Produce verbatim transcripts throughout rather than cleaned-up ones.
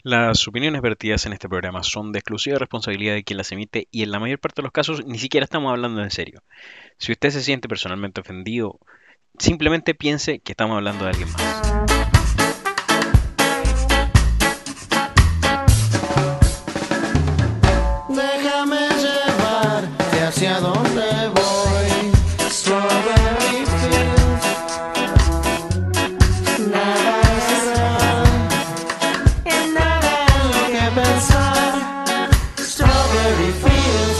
Las opiniones vertidas en este programa son de exclusiva responsabilidad de quien las emite y en la mayor parte de los casos ni siquiera estamos hablando en serio. Si usted se siente personalmente ofendido, simplemente piense que estamos hablando de alguien más. Déjame llevarte hacia donde voy. Strawberry fields. Nada es real. Y nada en lo que pensar. Strawberry fields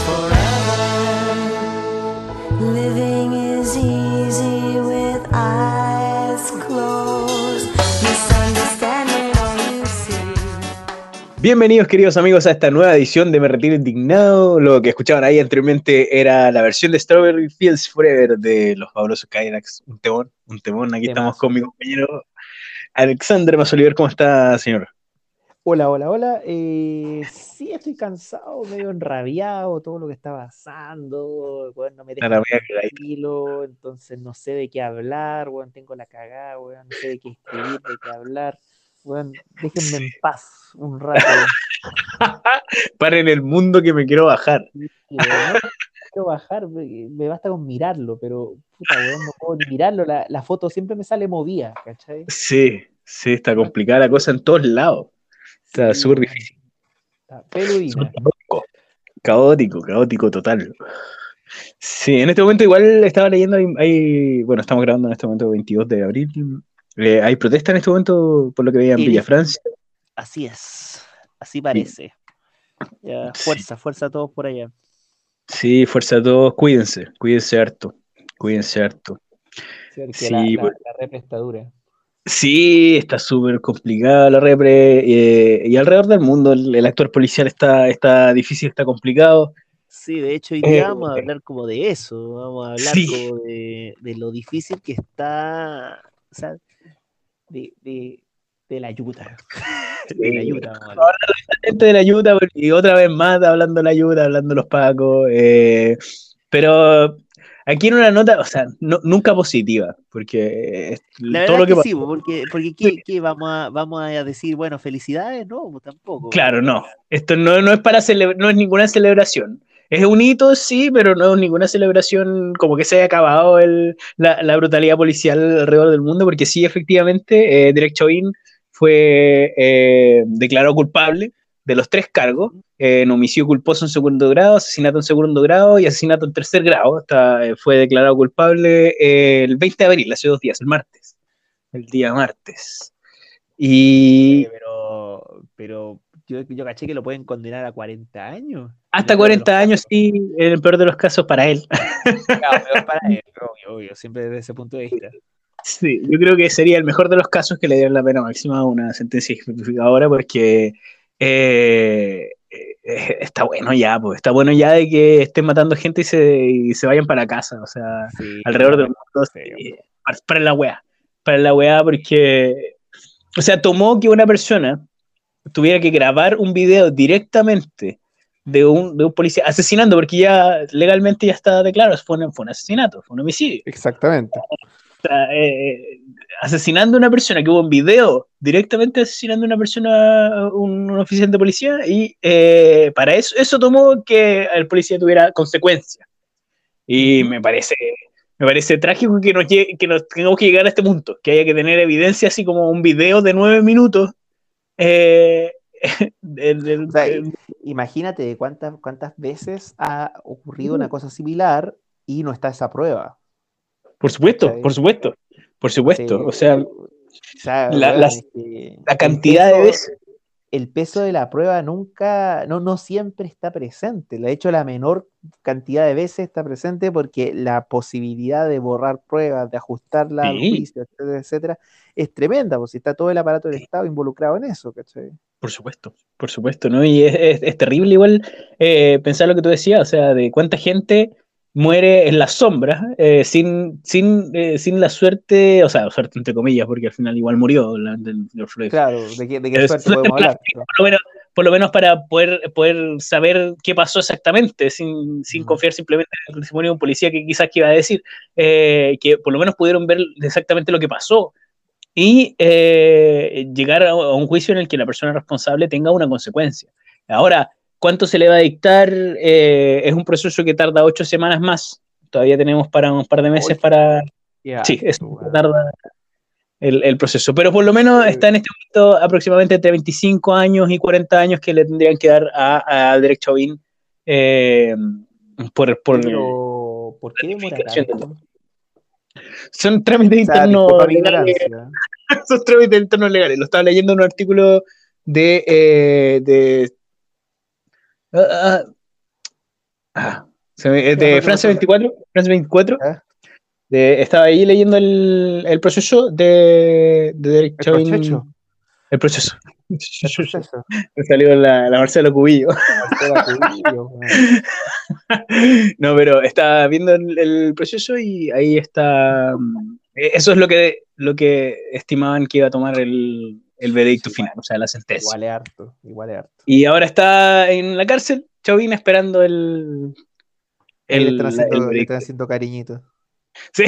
forever. Living is easy with eyes closed. Misunderstanding all you see. Bienvenidos queridos amigos a esta nueva edición de Me Retiro Indignado. Lo que escuchaban ahí anteriormente era la versión de Strawberry Fields Forever de los fabulosos Cadillacs. Un temón, un temón. Aquí estamos Temazo. con mi compañero Alexander Masoliver. ¿Cómo está, señor? Hola, hola, hola. Eh, sí, estoy cansado, medio enrabiado, todo lo que está pasando. Bueno, no me Está dejan la media cagadita. tranquilo, entonces no sé de qué hablar, weón, tengo la cagada, weón, no sé de qué escribir, de qué hablar. Weón, déjenme en paz un rato. Paren el mundo que me quiero bajar. Sí, weón, no quiero bajar, me, me basta con mirarlo, pero puta, weón, no puedo ni mirarlo, la, la foto siempre me sale movida, ¿cachai? Sí, sí, está complicada la cosa en todos lados. Está Sí, súper weón, difícil. está peludina. Caótico, caótico, caótico total. Sí, en este momento igual estaba leyendo, hay, hay- bueno, estamos grabando en este momento veintidós de abril. Eh, hay protesta en este momento, por lo que veía en En Villa es- Francia. Así es, así parece. Ya, Sí, fuerza, fuerza a todos por allá. sí, fuerza a todos, cuídense, cuídense harto, cuídense harto. Sí, porque la, Sí, la, pues, la repre está dura. sí, está súper complicada la repre, eh, y alrededor del mundo el, el actor policial está, está difícil, está complicado. Sí, de hecho hoy Eh, día vamos a hablar como de eso, vamos a hablar sí, como de, de lo difícil que está, o sea, de, de, de la ayuda. De la sí. ayuda vamos a hablar. Gente de la ayuda, y otra vez más hablando de la ayuda, hablando de los pacos, eh, pero aquí en una nota, o sea, no- nunca positiva, porque eh, La todo verdad lo es que que pasó, sí, porque, porque ¿qué, qué vamos a, vamos a decir? Bueno, felicidades, no, pues tampoco. claro, no, esto no, no es para cele- no es ninguna celebración. Es un hito, sí, pero no es ninguna celebración como que se haya acabado el, la, la brutalidad policial alrededor del mundo, porque sí, efectivamente, eh, Derek Chauvin fue eh, declarado culpable de los tres cargos, eh, en homicidio culposo en segundo grado, asesinato en segundo grado y asesinato en tercer grado. Hasta, eh, fue declarado culpable eh, el veinte de abril, hace dos días, el martes, el día martes. Oye, Y pero, pero yo, yo caché que lo pueden condenar a cuarenta años, en el hasta peor de los cuarenta casos. años, sí, en el peor de los casos para él. Claro, peor para él, obvio, obvio, siempre desde ese punto de vista. Sí, yo creo que sería el mejor de los casos que le dieran la pena máxima a una sentencia ejemplificadora, porque eh, eh, está bueno ya, pues, está bueno ya de que estén matando gente y se, y se vayan para casa, o sea, Sí, alrededor la del verdad, mundo, sí. sí, para, para la weá, para la weá, porque, o sea, tomó que una persona tuviera que grabar un video directamente de un, de un policía asesinando, porque ya legalmente ya está declarado, fue un, fue un asesinato, fue un homicidio. Exactamente. Sea, eh, asesinando a una persona, que hubo un video directamente asesinando a una persona, un, un oficial de policía, y eh, para eso, eso tomó que el policía tuviera consecuencias. Y Ujú. me parece, me parece trágico que nos, llegue, que nos tengamos que llegar a este punto, que haya que tener evidencia así como un video de nueve minutos. Eh, de, de, O sea, i- de, imagínate cuántas, cuántas veces ha ocurrido una cosa similar y no está esa prueba, por supuesto, por ¿cachai? supuesto, por supuesto. Entonces, O sea, o sea, la, weón, las, es que la el cantidad de peso, veces. el peso de la prueba nunca, no, no siempre está presente. De hecho, la menor cantidad de veces está presente porque la posibilidad de borrar pruebas, de ajustarla al Sí, juicio, etcétera, etcétera, es tremenda, pues si está todo el aparato del Estado involucrado en eso, ¿cachai? por supuesto, por supuesto, ¿no? Y es, es- es terrible igual, eh, pensar lo que tú decías, o sea, de cuánta gente muere en las sombras, eh, sin, sin, eh, sin la suerte, o sea, suerte entre comillas, porque al final igual murió la, del, del Floyd. Claro, ¿de qué, de qué Eh, suerte suerte podemos por, la- hablar? Pero, por lo menos, por lo menos para poder, poder saber qué pasó exactamente, sin, sin mm, confiar simplemente en el testimonio de un policía que quizás que iba a decir, eh, que por lo menos pudieron ver exactamente lo que pasó. y eh, llegar a, a un juicio en el que la persona responsable tenga una consecuencia. Ahora, ¿cuánto se le va a dictar? Eh, es un proceso que tarda ocho semanas más. Todavía tenemos para un par de meses Uy, para... qué Sí, eso harto, weón. tarda el, el proceso. Pero por lo menos Eh, está en este momento aproximadamente entre veinticinco años y cuarenta años que le tendrían que dar a, a Derek Chauvin eh, por, por Oye, pero ¿por qué demora tipificación del delito. tanto? Son trámites O sea, internos disculpa mi legales. ignorancia. Son trámites internos legales. Lo estaba leyendo en un artículo de, eh, de, ah, ah, se me- ¿Qué pasó? de ¿Qué Francia pasó? veinticuatro. Francia veinticuatro. ¿Ah? De- estaba ahí leyendo el, el proceso de, de Derek El prochecho, Chauvin. El proceso. el proceso. Me salió la, la Marcelo Cubillo. Marcela Cubillo, weón. No, pero estaba viendo el, el proceso y ahí está. mm, Eso es lo que, lo que estimaban que iba a tomar el, el veredicto Sí, final, o sea, la sentencia. igual es harto, igual es harto. Y ahora está en la cárcel, Chauvin, esperando el, Ahí le están el, el haciendo, le están veredicto. haciendo cariñito. Sí,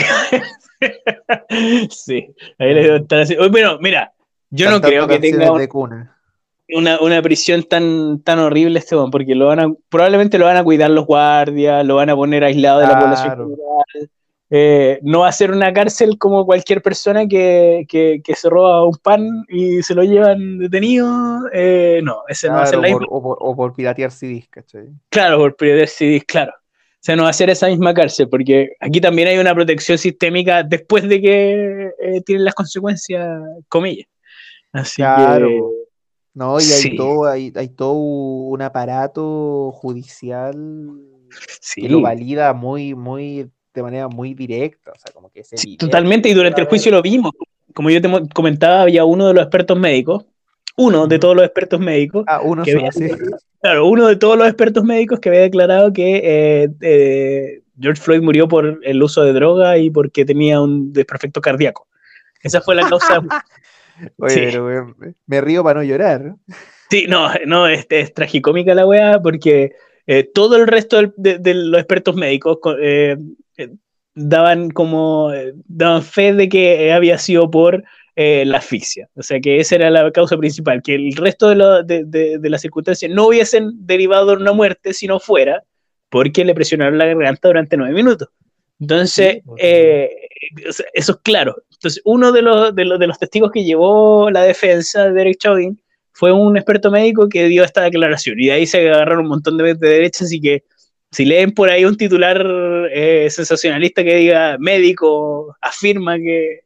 sí, ahí le están haciendo. Bueno, mira, yo no Cantando creo que tenga canciones un- de cuna. una, una prisión tan, tan horrible este hombre, porque lo van a, probablemente lo van a cuidar los guardias, lo van a poner aislado de la población Claro. general. Eh, no va a ser una cárcel como cualquier persona que, que, que se roba un pan y se lo llevan detenido. Eh, no, ese no va a ser Claro, la por- misma. o, por, o por piratear C Ds, ¿cachai? Claro, por periodos civis, claro. O sea, no va a ser esa misma cárcel, porque aquí también hay una protección sistémica después de que eh, tienen las consecuencias, comillas. Así Claro, que po. No, y hay sí, todo, hay, hay todo un aparato judicial que lo sí, valida muy, muy, de manera muy directa. O sea, como que es sí, evidente totalmente. Y que va durante a el haber. juicio lo vimos. Como yo te mo- comentaba, había uno de los expertos médicos, uno de Ujú. todos los expertos médicos, Ah, uno que había, solo, sí. claro, uno de todos los expertos médicos que había declarado que eh, eh, George Floyd murió por el uso de droga y porque tenía un desperfecto cardíaco. Esa fue la causa. Oye, Sí, pero weón, me me río para no llorar. sí, no, no, es, es tragicómica la weá porque eh, todo el resto del- de, de los expertos médicos co- eh, eh, daban como, eh, daban fe de que había sido por eh, la asfixia. O sea que esa era la causa principal, que el resto de, lo- de, de- de las circunstancias no hubiesen derivado de una muerte si no fuera porque le presionaron la garganta durante nueve minutos. Entonces, Sí, pues, eh, o sea, eso es claro. Entonces, uno de los, de los, de los testigos que llevó la defensa de Derek Chauvin fue un experto médico que dio esta declaración y de ahí se agarraron un montón de, de derechas, así que si leen por ahí un titular eh, sensacionalista que diga médico afirma que,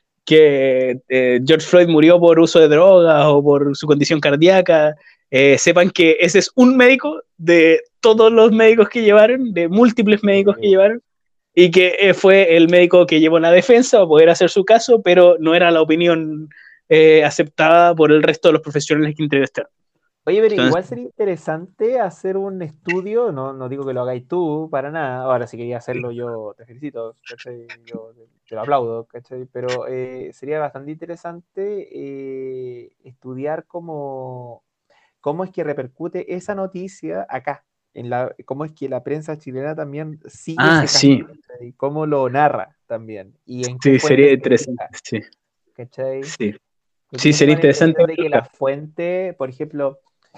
que eh, George Floyd murió por uso de drogas o por su condición cardíaca, eh, sepan que ese es un médico de todos los médicos que llevaron, de múltiples médicos que eh, llevaron, y que eh, fue el médico que llevó la defensa para poder hacer su caso, pero no era la opinión eh, aceptada por el resto de los profesionales que entrevistaron. Oye, pero Entonces, igual sería interesante hacer un estudio, no, no digo que lo hagáis tú para nada, ahora si querías hacerlo yo te felicito, ¿cachai? Yo te, te lo aplaudo, ¿cachai? Pero eh, sería bastante interesante eh, estudiar cómo, cómo es que repercute esa noticia acá, en la, cómo es que la prensa chilena también sigue ah, ese caso, sí, ¿cachai? Cómo lo narra también, y en qué sí, sería fuentes se interesante, fija, sí, ¿cachai? sí, Porque sí, yo tengo sería la interesante impresión de verlo que acá. la fuente, por ejemplo,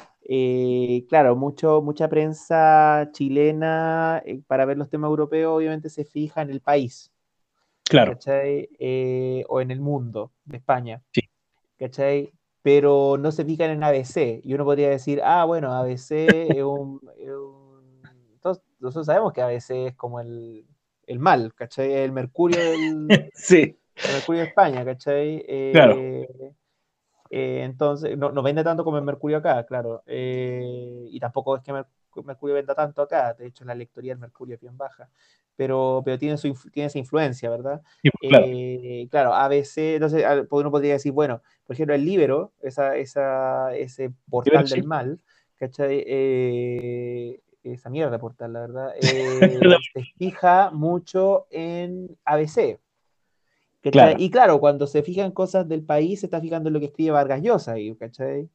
eh, claro, mucho, mucha prensa chilena eh, para ver los temas europeos obviamente se fija en el país, Claro, ¿cachai? Eh, o en el mundo de España, sí, ¿cachai? Pero no se fijan en A B C. Y uno podría decir, ah, bueno, A B C es un... es un- Todos- nosotros sabemos que A B C es como el, el mal, ¿cachai? El mercurio del, sí, el mercurio de España, ¿cachai? claro, Eh, eh, entonces, no, no vende tanto como el Mercurio acá, claro. Eh, y tampoco es que Mer- Mercurio venda tanto acá. De hecho, la lectoría del Mercurio es bien baja. Pero, pero tiene, su, inf- tiene esa influencia, ¿verdad? sí, claro, Eh, claro, A B C, entonces al- pues uno podría decir, bueno, por ejemplo, el Libero, esa, esa, ese pero portal del sí. mal, ¿cachai? Eh, esa mierda de portal, la verdad, eh, se fija mucho en A B C. ¿Cachai? Claro, Y claro, cuando se fijan cosas del país, se está fijando en lo que escribe Vargas Llosa ahí, ¿cachai?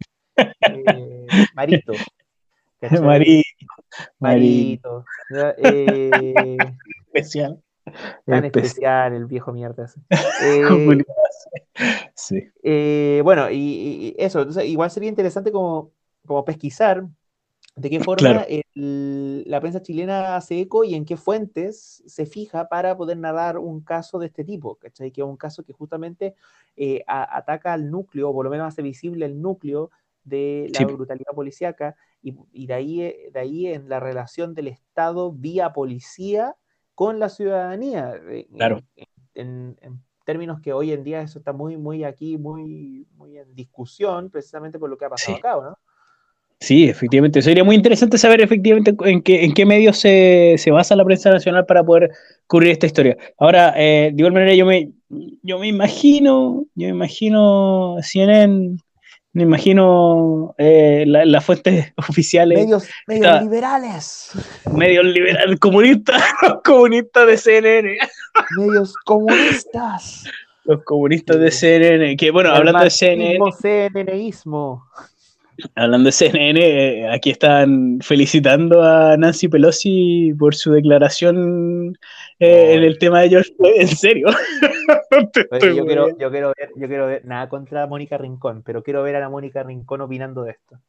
Eh, Marito, ¿cachai? Mari, Mari, Marito. ¿Ya? Eh, especial. Tan Espe- especial el viejo mierda ese. Eh, comunidad, sí, eh, bueno, y, y- y eso, entonces igual sería interesante como, como pesquisar de qué claro, forma el- la prensa chilena hace eco y en qué fuentes se fija para poder narrar un caso de este tipo, ¿cachai? Que es un caso que justamente eh, a- ataca al núcleo, o por lo menos hace visible el núcleo de la sí, brutalidad policíaca, y, y de ahí, eh, de ahí en la relación del Estado vía policía con la ciudadanía, eh, claro. en, en- en términos que hoy en día eso está muy, muy aquí, muy, muy en discusión, precisamente por lo que ha pasado Sí. acá, ¿no? Sí, efectivamente. Sería muy interesante saber efectivamente en qué, en qué medios se, se basa la prensa nacional para poder cubrir esta historia. Ahora, eh, de igual manera, yo me, yo me imagino, yo me imagino C N N, me imagino eh, la- las fuentes oficiales, Medios, medios esta, liberales, medios liberales, comunistas, los comunistas de C N N, medios comunistas, los comunistas de eh, C N N, que bueno, el hablando de C N N, marxismo, CNNismo. hablando de C N N, eh, aquí están felicitando a Nancy Pelosi por su declaración eh, en Oye, el tema de George Floyd. En serio. Te estoy oye, yo quiero, weando. yo quiero ver, yo quiero ver, nada contra Mónica Rincón, pero quiero ver a la Mónica Rincón opinando de esto.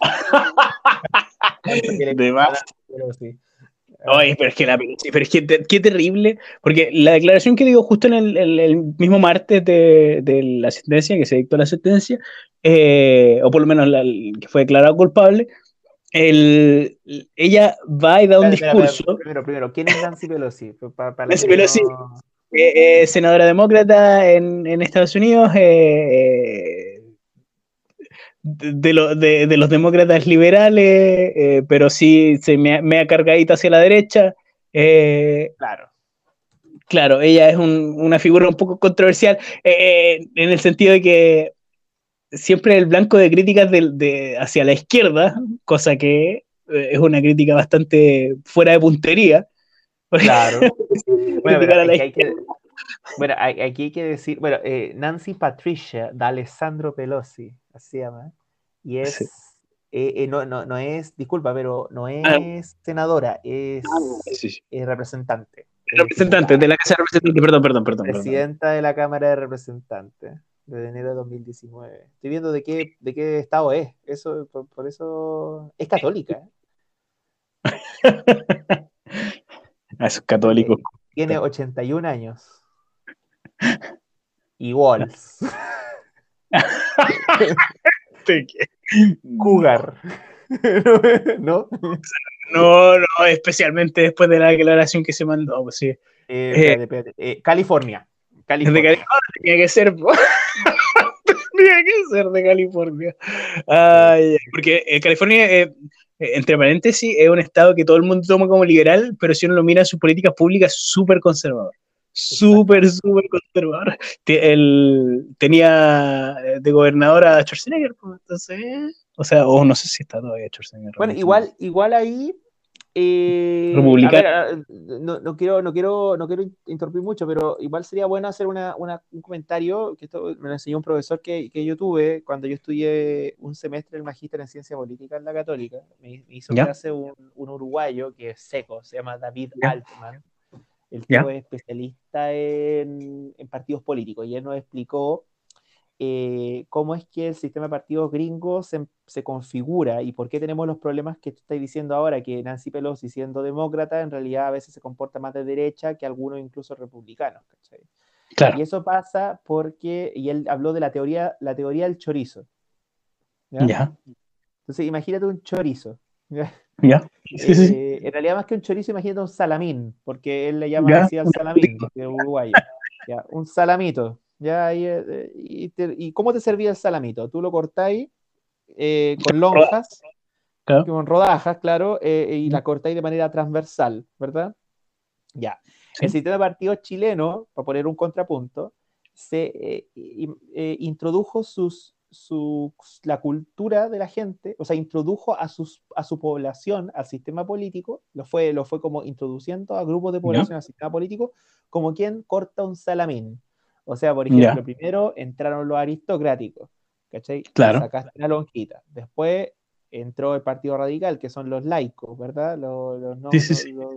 Tanto que le De gusta a más. Nancy Pelosi. Ah, Oye, pero es que, la, Pelosi- pero es que te- qué terrible, porque la declaración que dio justo en el, el- el mismo martes de, de la sentencia, que se dictó la sentencia, eh, o por lo menos la, que fue declarado culpable, el, ella va y da un espera, espera, espera, discurso. primero, primero, ¿quién es Nancy Pelosi? Para la Nancy gente que Pelosi no. eh, eh, senadora demócrata en, en Estados Unidos, eh, eh, de, de lo- de- de los demócratas liberales, eh, pero sí se me, me ha cargadita hacia la derecha. Eh, Claro. claro, ella es un- una figura un poco controversial eh, en el sentido de que siempre el blanco de críticas de, de- hacia la izquierda, cosa que eh, es una crítica bastante fuera de puntería, porque Claro. Bueno, pero criticar a es la que hay izquierda. que, bueno, hay- aquí hay que decir, bueno, eh, Nancy Patricia de Alessandro Pelosi, así se llama, y Sí. es, eh, eh, no, no, no es, disculpa, pero no Ah, es senadora, es, sí, sí. es representante, es Representantes diputada, de la Casa de Representantes, perdón, perdón, perdón, perdón. presidenta de la Cámara de Representantes desde enero de dos mil diecinueve. Estoy viendo de qué, de qué estado es, eso, por, por eso, es católica, ¿eh? A esos católicos. Eh, tiene ochenta y un años, y Walls, No, Cougar, ¿no? no, no, especialmente después de la declaración que se mandó, pues sí. Eh, Eh, espérate, espérate. Eh, California. de California. California tenía que ser, po. Tenía que ser de California. Sí. Ay, porque eh, California, eh, eh, entre paréntesis, es un estado que todo el mundo toma como liberal, pero si uno lo mira en sus políticas públicas, súper conservador. Súper, Exactamente. súper conservador. Te- el- tenía eh, de gobernador a Schwarzenegger, pues, entonces, o sea, o no sé si está todavía Schwarzenegger Bueno, realmente. No. igual, igual ahí, eh, a ver, Republicano. a- no, no quiero, no quiero, no quiero interrumpir mucho, pero igual sería bueno hacer una, una- un comentario, que esto me lo enseñó un profesor que, que yo tuve cuando yo estudié un semestre del magíster en ciencia política en la Católica. Me, me hizo ¿Ya? clase un, un uruguayo que es seco, se llama David ¿Ya? Altman. El tipo ¿Ya? es especialista en, en partidos políticos y él nos explicó eh, cómo es que el sistema de partidos gringos se, se, configura y por qué tenemos los problemas que tú estás diciendo ahora, que Nancy Pelosi, siendo demócrata, en realidad a veces se comporta más de derecha que algunos incluso republicanos. ¿Cachai? Y Claro. eso pasa porque, y él habló de la teoría, la teoría del chorizo. ¿Ya? ¿Ya? Entonces, imagínate un chorizo. ¿Ya? ¿Ya? Sí, sí, sí. Eh, en realidad, más que un chorizo, imagínate un salamín, porque él le llama ¿Ya? así al Un salamín, de uruguayo. ¿Ya? Un salamito. ¿Ya? Y, eh, y, te, ¿Y cómo te servía el salamito? Tú lo cortáis eh, con rodaja, lonjas, claro. con rodajas, claro, eh, y la cortáis de manera transversal, ¿verdad? Ya. El Sí. sistema de partidos chileno, para poner un contrapunto, se eh, eh, introdujo sus, su, la cultura de la gente, o sea, introdujo a, sus, a su población al sistema político, lo fue, lo fue como introduciendo a grupos de ¿Ya? población al sistema político, como quien corta un salamín. O sea, por ¿Ya? ejemplo, primero entraron los aristocráticos, ¿cachai? Le Claro. sacaste una lonjita. Después entró el Partido Radical, que son los laicos, ¿verdad? Los, los no, Sí, sí, no, sí. los,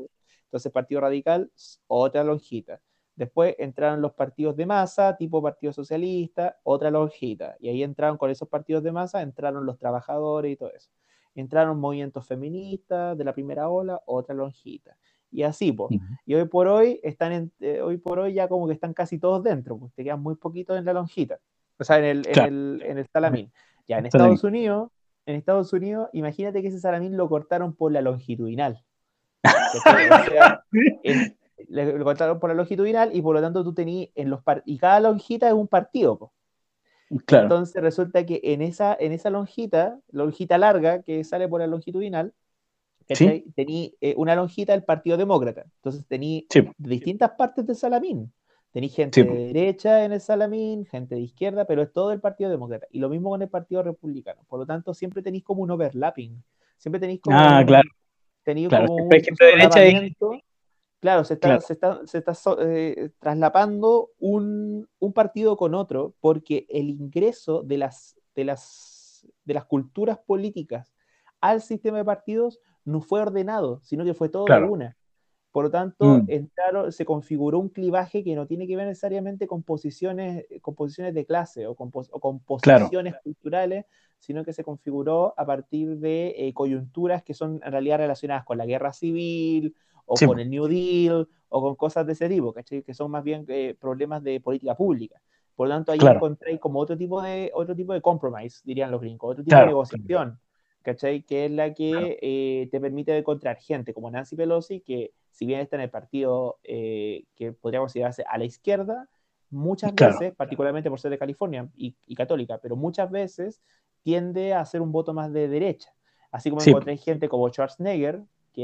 Entonces, Partido Radical, otra lonjita. Después entraron los partidos de masa, tipo Partido Socialista, otra lonjita. Y ahí entraron con esos partidos de masa, entraron los trabajadores y todo eso. Entraron movimientos feministas de la primera ola, otra lonjita. Y así, pues. Ujú. Y hoy por hoy están en, eh, hoy por hoy ya como que están casi todos dentro, pues te quedan muy poquitos en la lonjita. O sea, en el, en Claro. el, en el salamín. Ya en Salamín. Estados Unidos, en Estados Unidos, imagínate que ese salamín lo cortaron por la longitudinal. ¿Cachai? O sea, en- le, lo cortaron por la longitudinal y por lo tanto tú tenías en los par- y cada lonjita es un partido, po. Claro, Entonces resulta que en esa, en esa lonjita, lonjita larga que sale por la longitudinal, sí, ¿cachai? Tení eh, una lonjita del Partido Demócrata. Entonces tení sí, de distintas partes del Salamín. Tení gente sí, de derecha en el Salamín, gente de izquierda, pero es todo el Partido Demócrata. Y lo mismo con el Partido Republicano. Por lo tanto, siempre tenéis como un overlapping. Siempre tenéis como ah, un, claro, tenéis claro, como siempre hay un gente de derecha y, solapamiento. Claro, se está, claro, se está, se está so- eh, traslapando un, un partido con otro porque el ingreso de las, de, las, de las culturas políticas al sistema de partidos no fue ordenado, sino que fue todo de claro, una. Por lo tanto, mm, entraron, se configuró un clivaje que no tiene que ver necesariamente con posiciones, con posiciones de clase o con, pos- o con claro, posiciones culturales, sino que se configuró a partir de eh, coyunturas que son en realidad relacionadas con la guerra civil o sí, con el New Deal o con cosas de ese tipo, ¿cachai? Que son más bien eh, problemas de política pública. Por lo tanto, ahí claro, encontré como otro tipo de, otro tipo de compromise, dirían los gringos, otro tipo de claro, claro, negociación, ¿cachai? Que es la que eh, te permite encontrar gente como Nancy Pelosi, que si bien está en el partido eh, que podría considerarse a la izquierda, muchas claro, veces, particularmente por ser de California y, y católica, pero muchas veces tiende a ser un voto más de derecha. Así como sí, encontré gente como Schwarzenegger,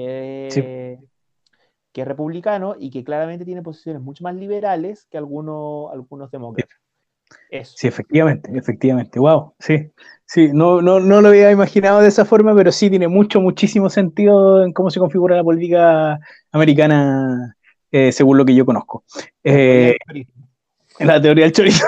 sí. que, que es republicano y que claramente tiene posiciones mucho más liberales que algunos, algunos demócratas. Eso. Sí, efectivamente, efectivamente. Wow, sí, sí, no, no, no lo había imaginado de esa forma, pero sí tiene mucho, muchísimo sentido en cómo se configura la política americana, eh, según lo que yo conozco. La teoría Eh, del chorizo. la teoría del chorizo.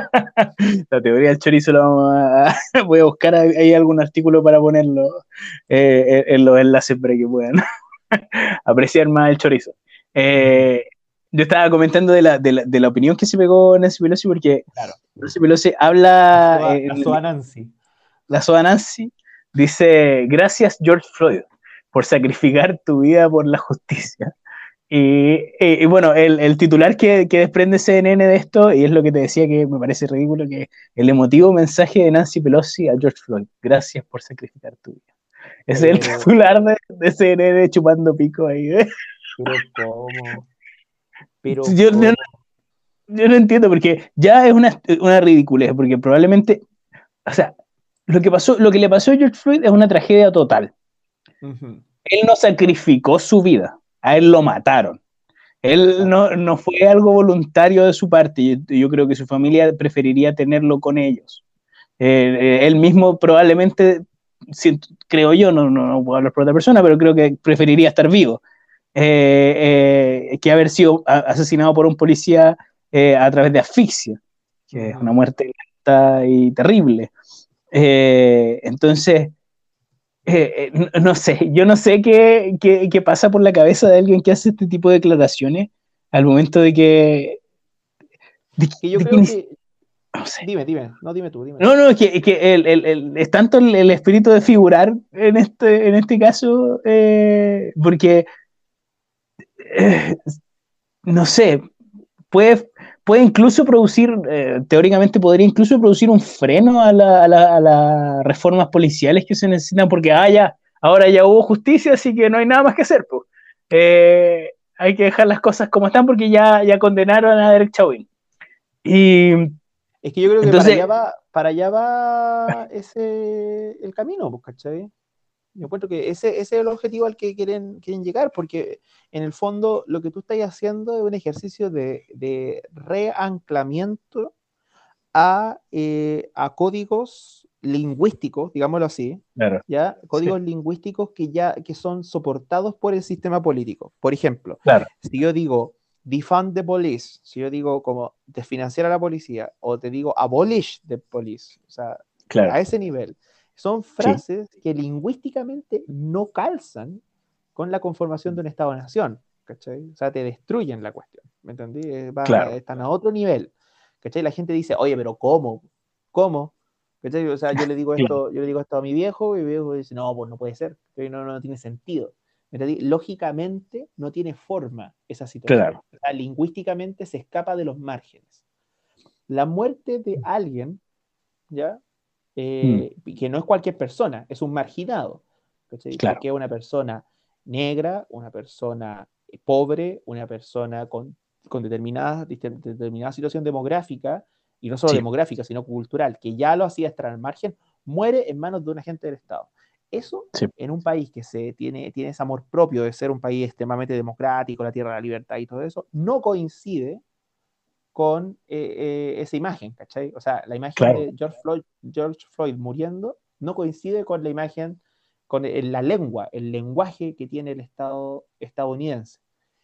La teoría del chorizo lo vamos a, voy a buscar ahí algún artículo para ponerlo eh, en los enlaces para que puedan apreciar más el chorizo. Eh, yo estaba comentando de la, de, la, de la opinión que se pegó Nancy Pelosi, porque Claro. Nancy Pelosi La habla, soa, eh, la soa Nancy. la soda Nancy, dice, gracias George Floyd por sacrificar tu vida por la justicia. Y, y, y bueno, el, el titular que, que, desprende C N N de esto, y es lo que te decía que me parece ridículo, que el emotivo mensaje de Nancy Pelosi a George Floyd, gracias por sacrificar tu vida. Ese Oye, es el pero, titular de, de C N N chupando pico ahí. ¿eh? pero ¿cómo? Pero Yo, yo, no, ¿cómo? yo no entiendo, porque ya es una, una ridiculez, porque probablemente, o sea, lo que, pasó, lo que le pasó a George Floyd es una tragedia total. Uh-huh. Él no sacrificó su vida, a él lo mataron. Él no, no fue algo voluntario de su parte. Yo, yo creo que su familia preferiría tenerlo con ellos. Eh, eh, él mismo probablemente, si, creo yo, no, no, no puedo hablar por otra persona, pero creo que preferiría estar vivo eh, eh, que haber sido asesinado por un policía eh, a través de asfixia, que Uh-huh. es una muerte lenta y terrible. Eh, entonces, eh, no, no sé, yo no sé qué, qué, qué pasa por la cabeza de alguien que hace este tipo de declaraciones al momento de que... De, Que yo de creo que que. no sé. Dime, dime. No, dime tú, dime No, tú. no, es que, es que el, el, el, es tanto el, el, espíritu de figurar en este, en este caso, eh, porque, eh, no sé, puede, puede incluso producir, eh, teóricamente podría incluso producir un freno a, la, a, la, a las reformas policiales que se necesitan, porque ah, ya, ahora ya hubo justicia, así que no hay nada más que hacer. Pues. Eh, hay que dejar las cosas como están porque ya, ya condenaron a Derek Chauvin. Y Es que yo creo que para entonces, allá va, para allá va ese el camino, pues, ¿cachai? Yo encuentro que ese, ese es el objetivo al que quieren, quieren llegar, porque en el fondo lo que tú estás haciendo es un ejercicio de, de reanclamiento a, eh, a códigos lingüísticos, digámoslo así, claro, ¿ya? Códigos sí, lingüísticos que ya que son soportados por el sistema político. Por ejemplo, claro, si yo digo defund the police, si yo digo como desfinanciar a la policía, o te digo abolish the police, o sea, claro, a ese nivel, son sí, frases que lingüísticamente no calzan con la conformación de un Estado-nación. ¿cachai? O sea, te destruyen la cuestión, ¿me entendí? Eh, va- Claro. están a otro nivel, ¿cachai? La gente dice, oye, pero ¿cómo? ¿Cómo? ¿Cachai? O sea, yo le digo Claro. esto, yo le digo esto a mi viejo y mi viejo dice, no, pues no puede ser, ¿cachai? no, no tiene sentido. ¿Me entendí? Lógicamente no tiene forma esa situación. Claro. O sea, lingüísticamente se escapa de los márgenes. La muerte de alguien, ¿ya? Mm, Eh, que no es cualquier persona, es un marginado, ¿cachai? claro. Porque es una persona negra, una persona eh, pobre, una persona con, con determinada, diste- determinada situación demográfica, y no solo Sí, demográfica, sino cultural, que ya lo hacía estar al margen, muere en manos de un agente del Estado. Eso sí, en un país que se tiene, tiene ese amor propio de ser un país extremadamente democrático, la tierra de la libertad y todo eso, no coincide con eh, eh, esa imagen, ¿cachai? O sea, la imagen claro. de George Floyd, George Floyd muriendo no coincide con la imagen, con el- la lengua, el lenguaje que tiene el Estado estadounidense.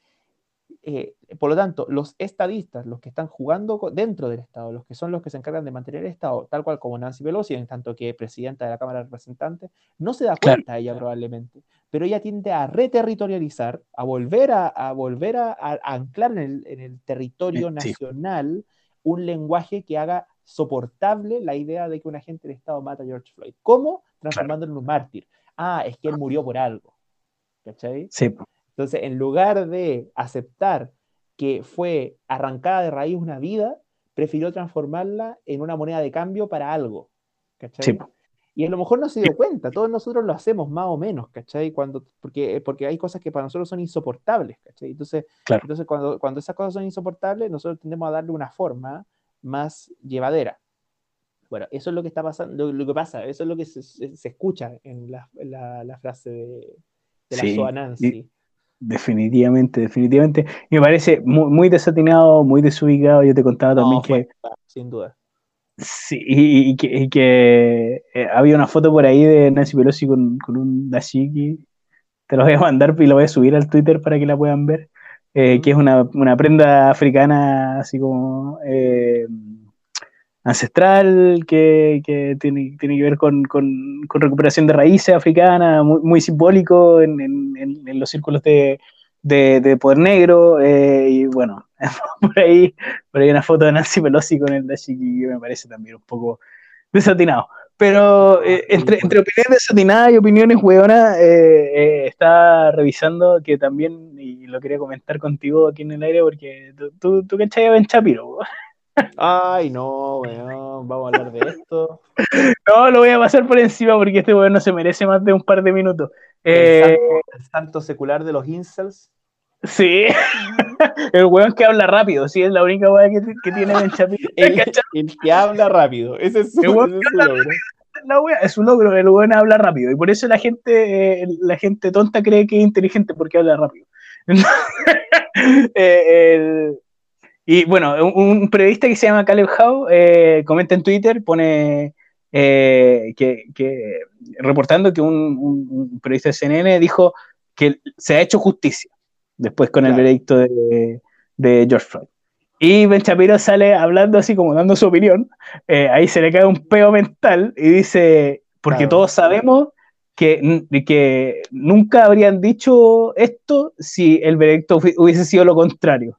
Eh, por lo tanto, los estadistas, los que están jugando co- dentro del Estado, los que son los que se encargan de mantener el Estado, tal cual como Nancy Pelosi, en tanto que presidenta de la Cámara de Representantes, no se da Claro. cuenta ella probablemente, pero ella tiende a reterritorializar, a volver a, a volver a, a anclar en el, en el Eh, territorio Sí, nacional un lenguaje que haga soportable la idea de que un agente del Estado mata a George Floyd. ¿Cómo? claro. Transformándolo en un mártir. Ah, es que él murió por algo. ¿Cachai? Sí, po, Entonces, en lugar de aceptar que fue arrancada de raíz una vida, prefirió transformarla en una moneda de cambio para algo, sí, ¿cachai? po. Y a lo mejor no se Y- dio cuenta, todos nosotros lo hacemos más o menos, ¿cachai? Cuando, porque, porque hay cosas que para nosotros son insoportables, ¿cachai? Entonces, Claro. entonces cuando, cuando esas cosas son insoportables, nosotros tendemos a darle una forma más llevadera. Bueno, eso es lo que está pasando, lo, lo que pasa, eso es lo que se, se- se escucha en la, en la- la frase de, de la SOA Sí, y Nancy. definitivamente, definitivamente. Y me parece muy, muy desatinado, muy desubicado. Yo te contaba también No, fue que sin duda. sí, y, y que, y que, eh, había una foto por ahí de Nancy Pelosi con, con un dashiki. Te lo voy a mandar y lo voy a subir al Twitter para que la puedan ver. Eh, que ¿Mm? es una, una prenda africana así como eh, ancestral, que, que tiene, tiene que ver con, con- con recuperación de raíces africanas, muy, muy simbólico en, en- en- en los círculos de, de- de poder negro. Eh, y bueno, por ahí, por ahí una foto de Nancy Pelosi con el dashiki que me parece también un poco desatinado. Pero No, eh, sí, entre, por- entre opiniones desatinadas y opiniones hueonas, eh, eh, está revisando que también, y lo quería comentar contigo aquí en el aire, porque tú, tú, tú cachai a Ben Shapiro. Ay, no, weón, vamos a hablar de esto. No, lo voy a pasar por encima porque este weón no se merece más de un par de minutos. El Eh, santo, el santo secular de los incels. sí, el weón que habla rápido, sí, es la única weá que, que tiene Ben Shapiro. El, ¿Cachai? el que habla rápido. Ese es su, El weón ese que es su habla logro. rápido, la weá, es un logro, el weón habla rápido. Y por eso la gente, eh, la gente tonta cree que es inteligente porque habla rápido. Eh, el- y bueno, un, un periodista que se llama Caleb Howe eh, comenta en Twitter, pone eh, que, que reportando que un, un- un periodista de C N N dijo que se ha hecho justicia después con el Claro, veredicto de, de George Floyd. Y Ben Shapiro sale hablando así como dando su opinión, eh, ahí se le cae un peo mental y dice, porque claro. todos sabemos que, que nunca habrían dicho esto si el veredicto hubiese sido lo contrario.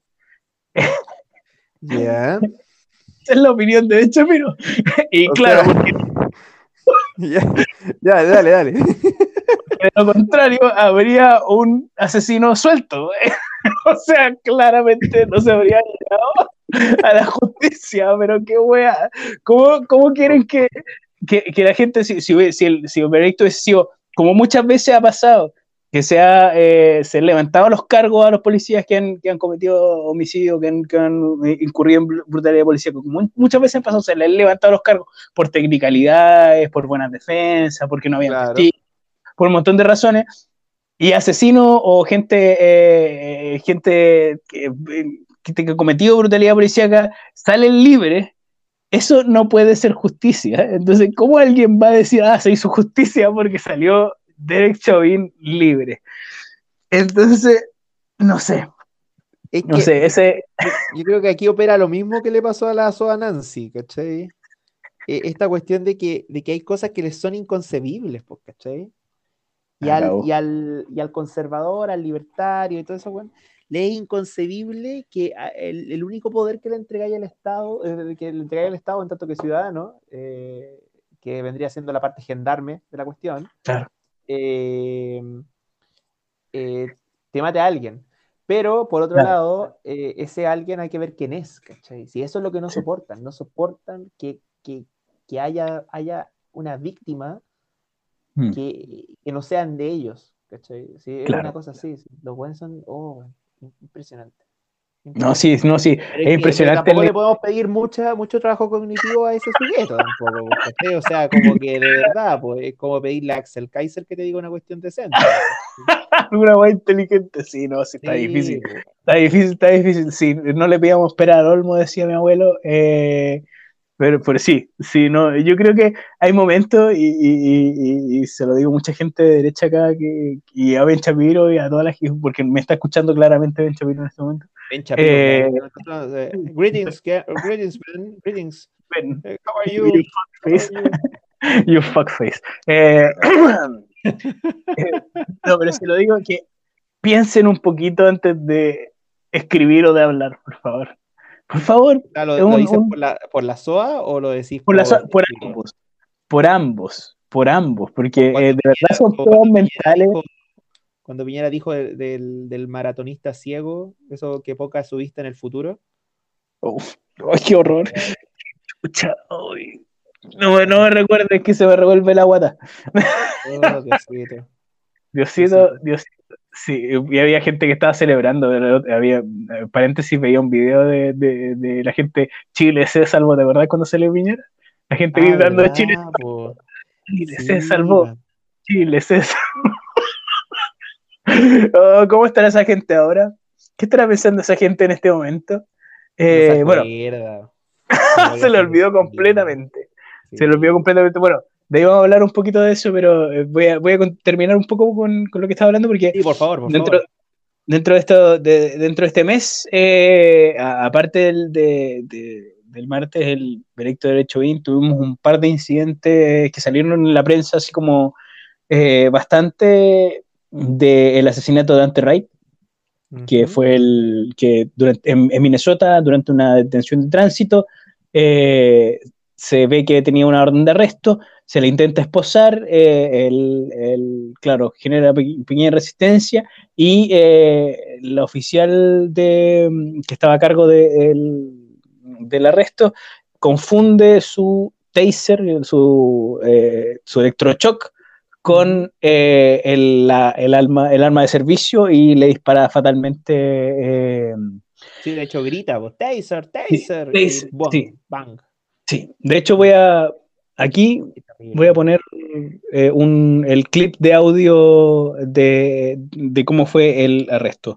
Ya. Esa es la opinión de Ben Shapiro. Y O claro, sea, porque ya, ya, dale, dale. de lo contrario habría un asesino suelto. O sea, claramente no se habría llegado a la justicia, pero qué wea. ¿Cómo, cómo quieren que, que, que la gente, si, si, si el, si el veredicto es sido, como muchas veces ha pasado, que se, ha, eh, se han levantado los cargos a los policías que han, que han cometido homicidio, que han, que han incurrido en brutalidad policíaca? Como muchas veces han pasado, se les han levantado los cargos por tecnicalidades, por buenas defensas, porque no habían Claro. testigos, por un montón de razones, y asesinos o gente, eh, gente que, que ha cometido brutalidad policíaca salen libres. Eso no puede ser justicia. Entonces, ¿cómo alguien va a decir, ah, se hizo justicia porque salió Derek Chauvin libre? Entonces, no sé, Es no que sé, ese, yo, yo creo que aquí opera lo mismo que le pasó a la SOA Nancy, ¿cachai? Eh, Esta cuestión de que, de que hay cosas que les son inconcebibles, pues, ¿cachai? Y al, y acabó. al, y al conservador, al libertario y todo eso, bueno, le es inconcebible que a- el, el único poder que le entregáis al Estado, eh, que le entregáis al Estado en tanto que ciudadano, eh, que vendría siendo la parte gendarme de la cuestión, Claro. eh, eh, te mate a alguien. Pero, por otro Claro. lado, eh, ese alguien hay que ver quién es, ¿cachai? Si eso es lo que no Sí. soportan, no soportan que, que, que haya, haya una víctima Mm, que, que no sean de ellos, ¿cachai? Sí, es una claro. cosa así, sí. Los buenos son, oh, impresionante, No, sí, impresionante. no, sí. Pero, Es es que, pero impresionante. tampoco el- le podemos pedir mucha, mucho trabajo cognitivo a ese sujeto tampoco, ¿cachai? O sea, como que de verdad, pues es como pedirle a Axel Kaiser que te diga una cuestión decente, ¿cachai? Una más inteligente. Sí, no, sí, está difícil. Sí, pues. Está difícil, está difícil. Sí, no le pidamos esperar al Olmo, decía mi abuelo. Eh, pero, pero sí, sí, no. Yo creo que hay momentos, y, y- y- y se lo digo a mucha gente de derecha acá, que, y a Ben Shapiro y a todas las que, porque me está escuchando claramente Ben Shapiro en este momento. Ben Shapiro, Eh, claro. Eh, greetings, ge- greetings, Ben, greetings. Ben, Eh, how are you you? How fuckface. are you? You fuckface. Eh, eh, no, pero si lo digo que piensen un poquito antes de escribir o de hablar, por favor. Por favor, Ah, ¿Lo, es lo un, dices un- por la, por la S O A o lo decís por, la por so- por escrito? ambos, por ambos, por ambos, Como porque eh, cuando de verdad Piñera, son como todos cuando Piñera mentales. dijo, cuando Piñera dijo del, del, del maratonista ciego, eso que poca su vista en el futuro. Uf, ¡ay, qué horror! Pucha, ay, no, me- no me recuerdes que se me revuelve la guata. Oh, Diosito, Diosito, Diosito. Dios, sí, y había gente que estaba celebrando, pero había, eh, paréntesis, veía un video de, de, de la gente, Chile se salvó, ¿de verdad cuando se le Piñera? La gente Ah, gritando, Chile, ¿verdad? Po? Chile se Sí, salvó, man. Chile se salvó. Oh, ¿cómo estará esa gente ahora? ¿Qué estará pensando esa gente en este momento? No se Eh, bueno, acuerda. ¿Cómo se ya le se les olvidó olvidó? completamente. Se le olvidó Sí. completamente. Bueno, de ahí vamos a hablar un poquito de eso, pero eh, voy a, voy a con- terminar un poco con, con lo que estaba hablando, porque Sí, por favor, por dentro, favor. dentro de esto, de, dentro de este mes, eh, a- aparte del, de- de- del martes, el veredicto de derecho BIM, tuvimos un par de incidentes que salieron en la prensa, así como eh, bastante del asesinato de Dante Wright, que Ujú. fue el que durante, en, en Minnesota, durante una detención de tránsito, eh, se ve que tenía una orden de arresto, se le intenta esposar, eh, el, el, claro, genera pe- pequeña resistencia y eh, la oficial de, que estaba a cargo de, el, del arresto confunde su taser, su, eh, su electroshock Ujú. con eh, el, la- el, alma, el arma de servicio y le dispara fatalmente. eh, Sí, de hecho grita, pues, Taser, sí, Taser, y sí, bang, sí, bang. sí. De hecho, voy a. Aquí Qué voy a terrible. poner eh, un, el clip de audio de, de cómo fue el arresto.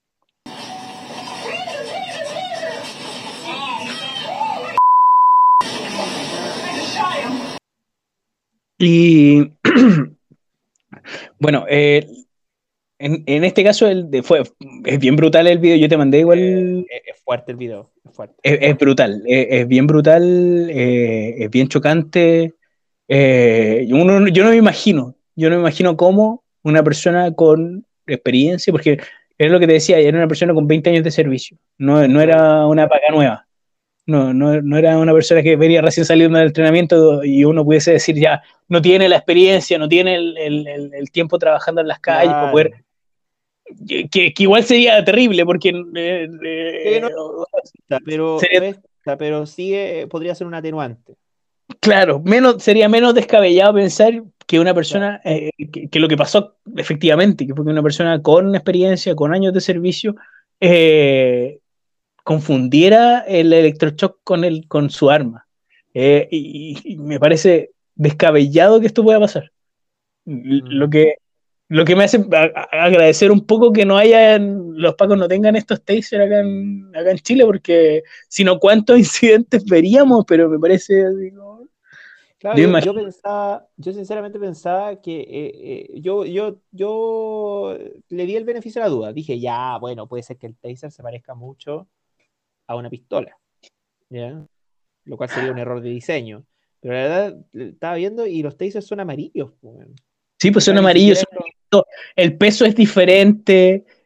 Y bueno, eh, en, en este caso el de, fue, es bien brutal el video. Yo te mandé Eh, igual. es, es fuerte el video, es fuerte. Es, es brutal, es, es bien brutal, eh, es bien chocante. Eh, uno, yo no me imagino, yo no me imagino cómo una persona con experiencia, porque es lo que te decía, era una persona con veinte años de servicio, no, no Claro. era una paga nueva, no, no, no era una persona que venía recién saliendo del entrenamiento y uno pudiese decir ya, no tiene la experiencia, no tiene el, el, el, el tiempo trabajando en las calles para poder, Claro. que, que igual sería terrible, porque eh, Que no eh, está, pero, sería. no está, pero sí eh, podría ser un atenuante. Claro, menos, sería menos descabellado pensar que una Claro. persona, eh, que, que lo que pasó efectivamente, que fue que una persona con experiencia, con años de servicio, eh, confundiera el electroshock con, el, con su arma. Eh, y, y me parece descabellado que esto pueda pasar. Lo Mm. que, lo que me hace a- a- agradecer un poco que no hayan, los pacos no tengan estos taser acá en, acá en Chile, porque si no, ¿cuántos incidentes veríamos? Pero me parece, digo, Claro, yo yo, yo imagino. pensaba, yo sinceramente pensaba que eh, eh, yo, yo, yo le di el beneficio de la duda. Dije, ya, bueno, puede ser que el taser se parezca mucho a una pistola, ¿ya? Lo cual sería un error de diseño. Pero la verdad, eh, estaba viendo y los tasers son amarillos, po, weón. Sí, O pues son sea, ni amarillos, siquiera es son lo- bonitos, el peso es diferente,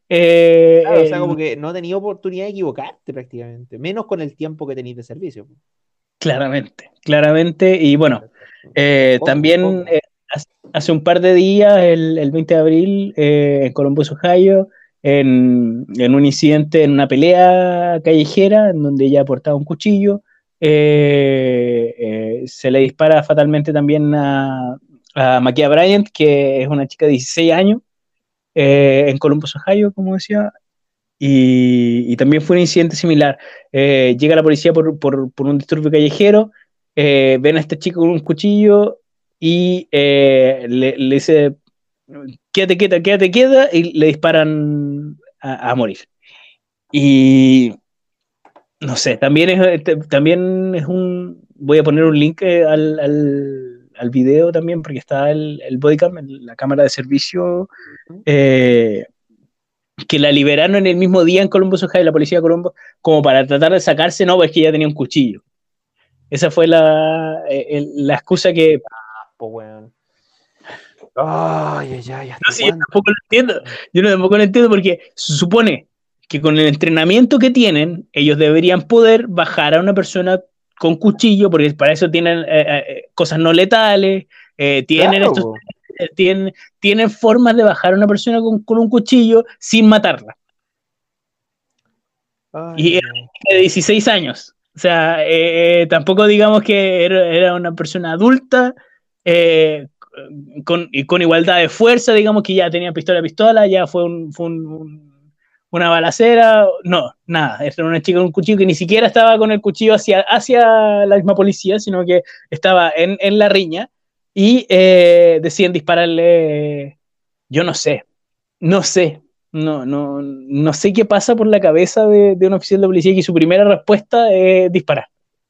Eh, Claro, o sea, eh, como que no tenía oportunidad de equivocarte prácticamente, menos con el tiempo que tenéis de servicio. claramente, claramente. Y bueno, eh, Poco, también poco. eh, hace hace un par de días, el, el veinte de abril, eh, en Columbus, Ohio, en, en un incidente, en una pelea callejera, en donde ella portaba un cuchillo, eh, eh, se le dispara fatalmente también a, a Makia Bryant, que es una chica de dieciséis años, eh, en Columbus, Ohio, como decía, y, y también fue un incidente similar. Eh, llega la policía por, por, por un disturbio callejero, eh, ven a este chico con un cuchillo y eh, le, le dice, quédate quieta, quédate quieta, y le disparan a, a morir. Y no sé, también es, este, también es un... Voy a poner un link eh, al, al, al video también, porque está el, el bodycam, la cámara de servicio, eh, que la liberaron en el mismo día en Columbus, Ohio, la policía de Columbus, como para tratar de sacarse, no, pues que ya tenía un cuchillo. Esa fue la, eh, el- la excusa que... Pues, weón. Ay, ay, ay, No, ¿hasta sí, yo cuándo? tampoco lo entiendo. Yo no, tampoco lo entiendo porque se supone que con el entrenamiento que tienen, ellos deberían poder bajar a una persona con cuchillo, porque para eso tienen eh, eh, cosas no letales, eh, tienen Claro, estos, po. eh, tienen, tienen formas de bajar a una persona con, con un cuchillo sin matarla. Ay, Y ay, era ay. de dieciséis años. O sea, eh, eh, tampoco digamos que era, era una persona adulta, eh, con, y con igualdad de fuerza, digamos que ya tenía pistola a pistola, ya fue, un, fue un, un, una balacera. No, nada. Era una chica con un cuchillo que ni siquiera estaba con el cuchillo hacia, hacia la misma policía, sino que estaba en, en la riña y eh, deciden dispararle. Yo no sé, no sé, no, no, no sé qué pasa por la cabeza de, de un oficial de policía que su primera respuesta es disparar.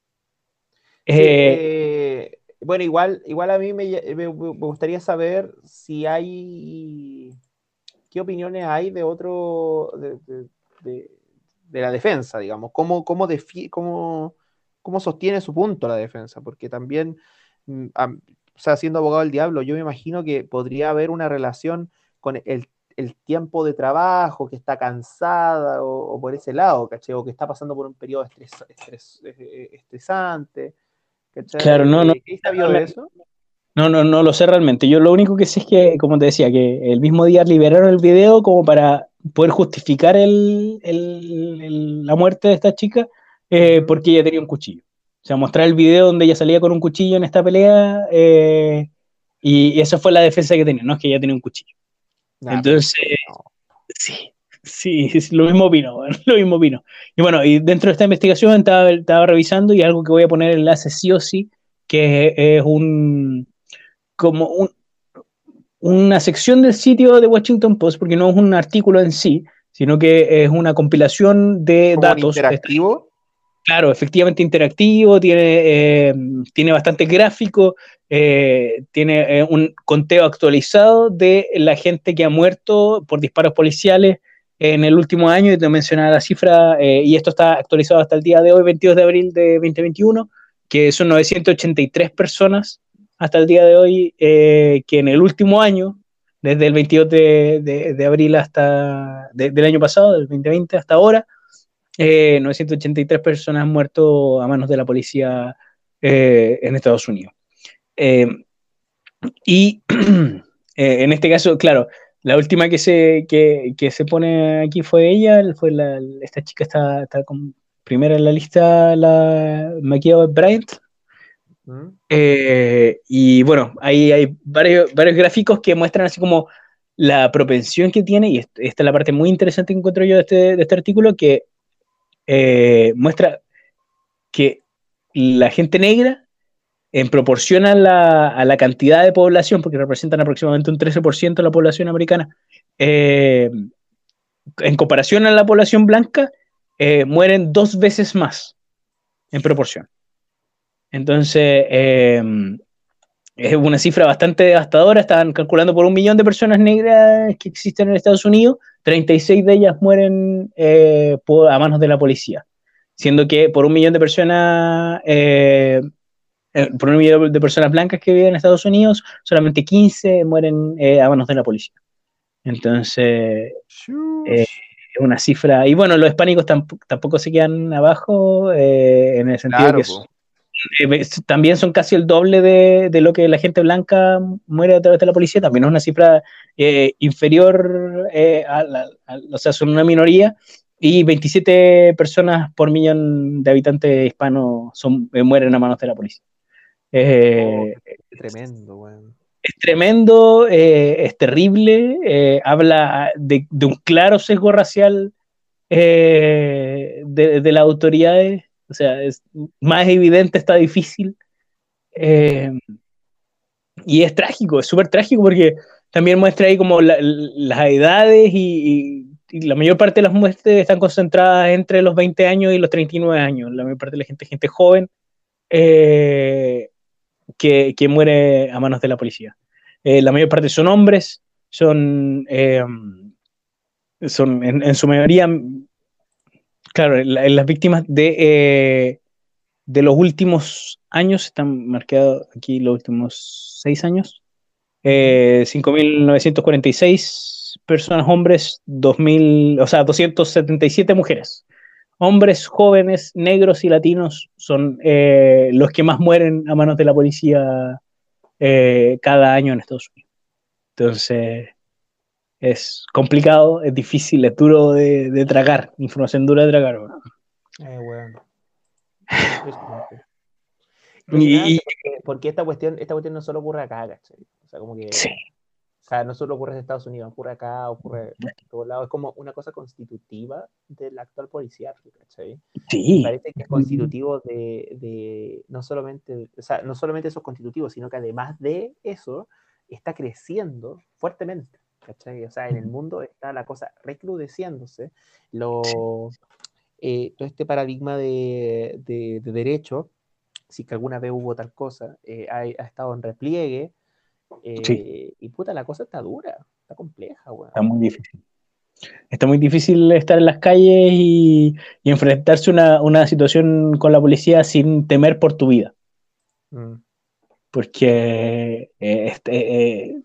Sí, Eh, eh, bueno, igual, igual a mí me, lle- me- me gustaría saber si hay, qué opiniones hay de otro, de, de- de- de la defensa, digamos, cómo, cómo, defi- cómo, cómo sostiene su punto la defensa, porque también, mm, am- o sea, siendo abogado del diablo, yo me imagino que podría haber una relación con el, el tiempo de trabajo, que está cansada, o, o por ese lado, ¿cachai? O que está pasando por un periodo estres- estres- eh, estresante. claro, ¿Cachai? no, no, Eh, ¿qué sabido de eso? no, no, no lo sé realmente. Yo lo único que sé es que, como te decía, que el mismo día liberaron el video como para poder justificar el, el- el- la muerte de esta chica, eh, Ujú. porque ella tenía un cuchillo. O sea, mostrar el video donde ella salía con un cuchillo en esta pelea, eh, y, y esa fue la defensa que tenía, no es que ella tenía un cuchillo. Nah, pero Entonces, no. sí, sí, es lo mismo opino, bueno, lo mismo opino. Y bueno, y dentro de esta investigación estaba, estaba revisando y algo que voy a poner enlace sí o sí, que es un, como un, una sección del sitio de Washington Post, porque no es un artículo en sí, sino que es una compilación de Como un datos. interactivo. Claro, efectivamente interactivo, tiene, eh, tiene bastante gráfico, eh, tiene eh, un conteo actualizado de la gente que ha muerto por disparos policiales en el último año, y te mencionaba la cifra, eh, y esto está actualizado hasta el día de hoy, veintidós de abril de dos mil veintiuno, que son novecientas ochenta y tres personas hasta el día de hoy, eh, que en el último año, desde el veintidós de, de, de abril hasta, de, del año pasado, del dos mil veinte hasta ahora, eh, novecientas ochenta y tres personas han muerto a manos de la policía eh, en Estados Unidos. Eh, y eh, en este caso, claro, la última que se, que, que se pone aquí fue ella, fue la, esta chica está, está con, primera en la lista, la Makia Bryant. ¿Mm? Eh, y bueno, ahí hay varios, varios gráficos que muestran así como la propensión que tiene, y esta es la parte muy interesante que encuentro yo de este, de este artículo, que eh, muestra que la gente negra, en proporción a la, a la cantidad de población, porque representan aproximadamente un trece por ciento de la población americana, eh, en comparación a la población blanca, eh, mueren dos veces más en proporción. Entonces, eh, es una cifra bastante devastadora. Estaban calculando por un millón de personas negras que existen en Estados Unidos, treinta y seis de ellas mueren eh, por, a manos de la policía, siendo que por un millón de personas eh, eh, por un millón de personas blancas que viven en Estados Unidos, solamente quince mueren eh, a manos de la policía. Entonces, Shush. eh, es una cifra. Y bueno, los hispánicos tampoco, tampoco se quedan abajo, eh, en el sentido Claro, que po. eh, también son casi el doble de, de lo que la gente blanca muere a través de la policía. También es una cifra eh, inferior, eh, a la, a- o sea, son una minoría. Y veintisiete personas por millón de habitantes hispanos son, eh, mueren a manos de la policía. Oh, Eh, qué tremendo, weón. es tremendo, eh, es terrible, eh, habla de, de un claro sesgo racial, eh, de, de las autoridades, o sea, es más evidente, está difícil, eh, y es trágico, es súper trágico porque también muestra ahí como la- las edades y, y- y la mayor parte de las muertes están concentradas entre los veinte años y los treinta y nueve años, la mayor parte de la gente, gente joven, eh, que, que muere a manos de la policía. Eh, la mayor parte son hombres, son, eh, son en, en, su mayoría, claro, la, las víctimas de, eh, de los últimos años, están marcados aquí los últimos seis años, eh, cinco mil novecientos cuarenta y seis personas, hombres, dos mil, o sea, doscientas setenta y siete mujeres. Hombres jóvenes, negros y latinos son, eh, los que más mueren a manos de la policía, eh, cada año en Estados Unidos. Entonces, es complicado, es difícil, es duro de, de tragar, información dura de tragar. Bueno. Eh, weón. Impresionante. Y, y Impresionante, porque, porque esta cuestión, esta cuestión no solo ocurre acá, ¿cachai? O sea, como que, sí, o sea, no solo ocurre en Estados Unidos, ocurre acá, ocurre en todos lados. Es como una cosa constitutiva del actual policía, ¿cachai? Y sí, parece que es constitutivo de, de no solamente, o sea, no solamente eso es constitutivo, sino que además de eso está creciendo fuertemente, ¿cachai? O sea, en el mundo está la cosa recrudeciéndose, lo, eh, todo este paradigma de, de, de derecho, si que alguna vez hubo tal cosa, eh, ha, ha estado en repliegue, sí, eh, y puta, la cosa está dura, está compleja, weón. está muy difícil. Está muy difícil estar en las calles y, y enfrentarse a una, una situación con la policía sin temer por tu vida. Mm. Porque eh, este, eh,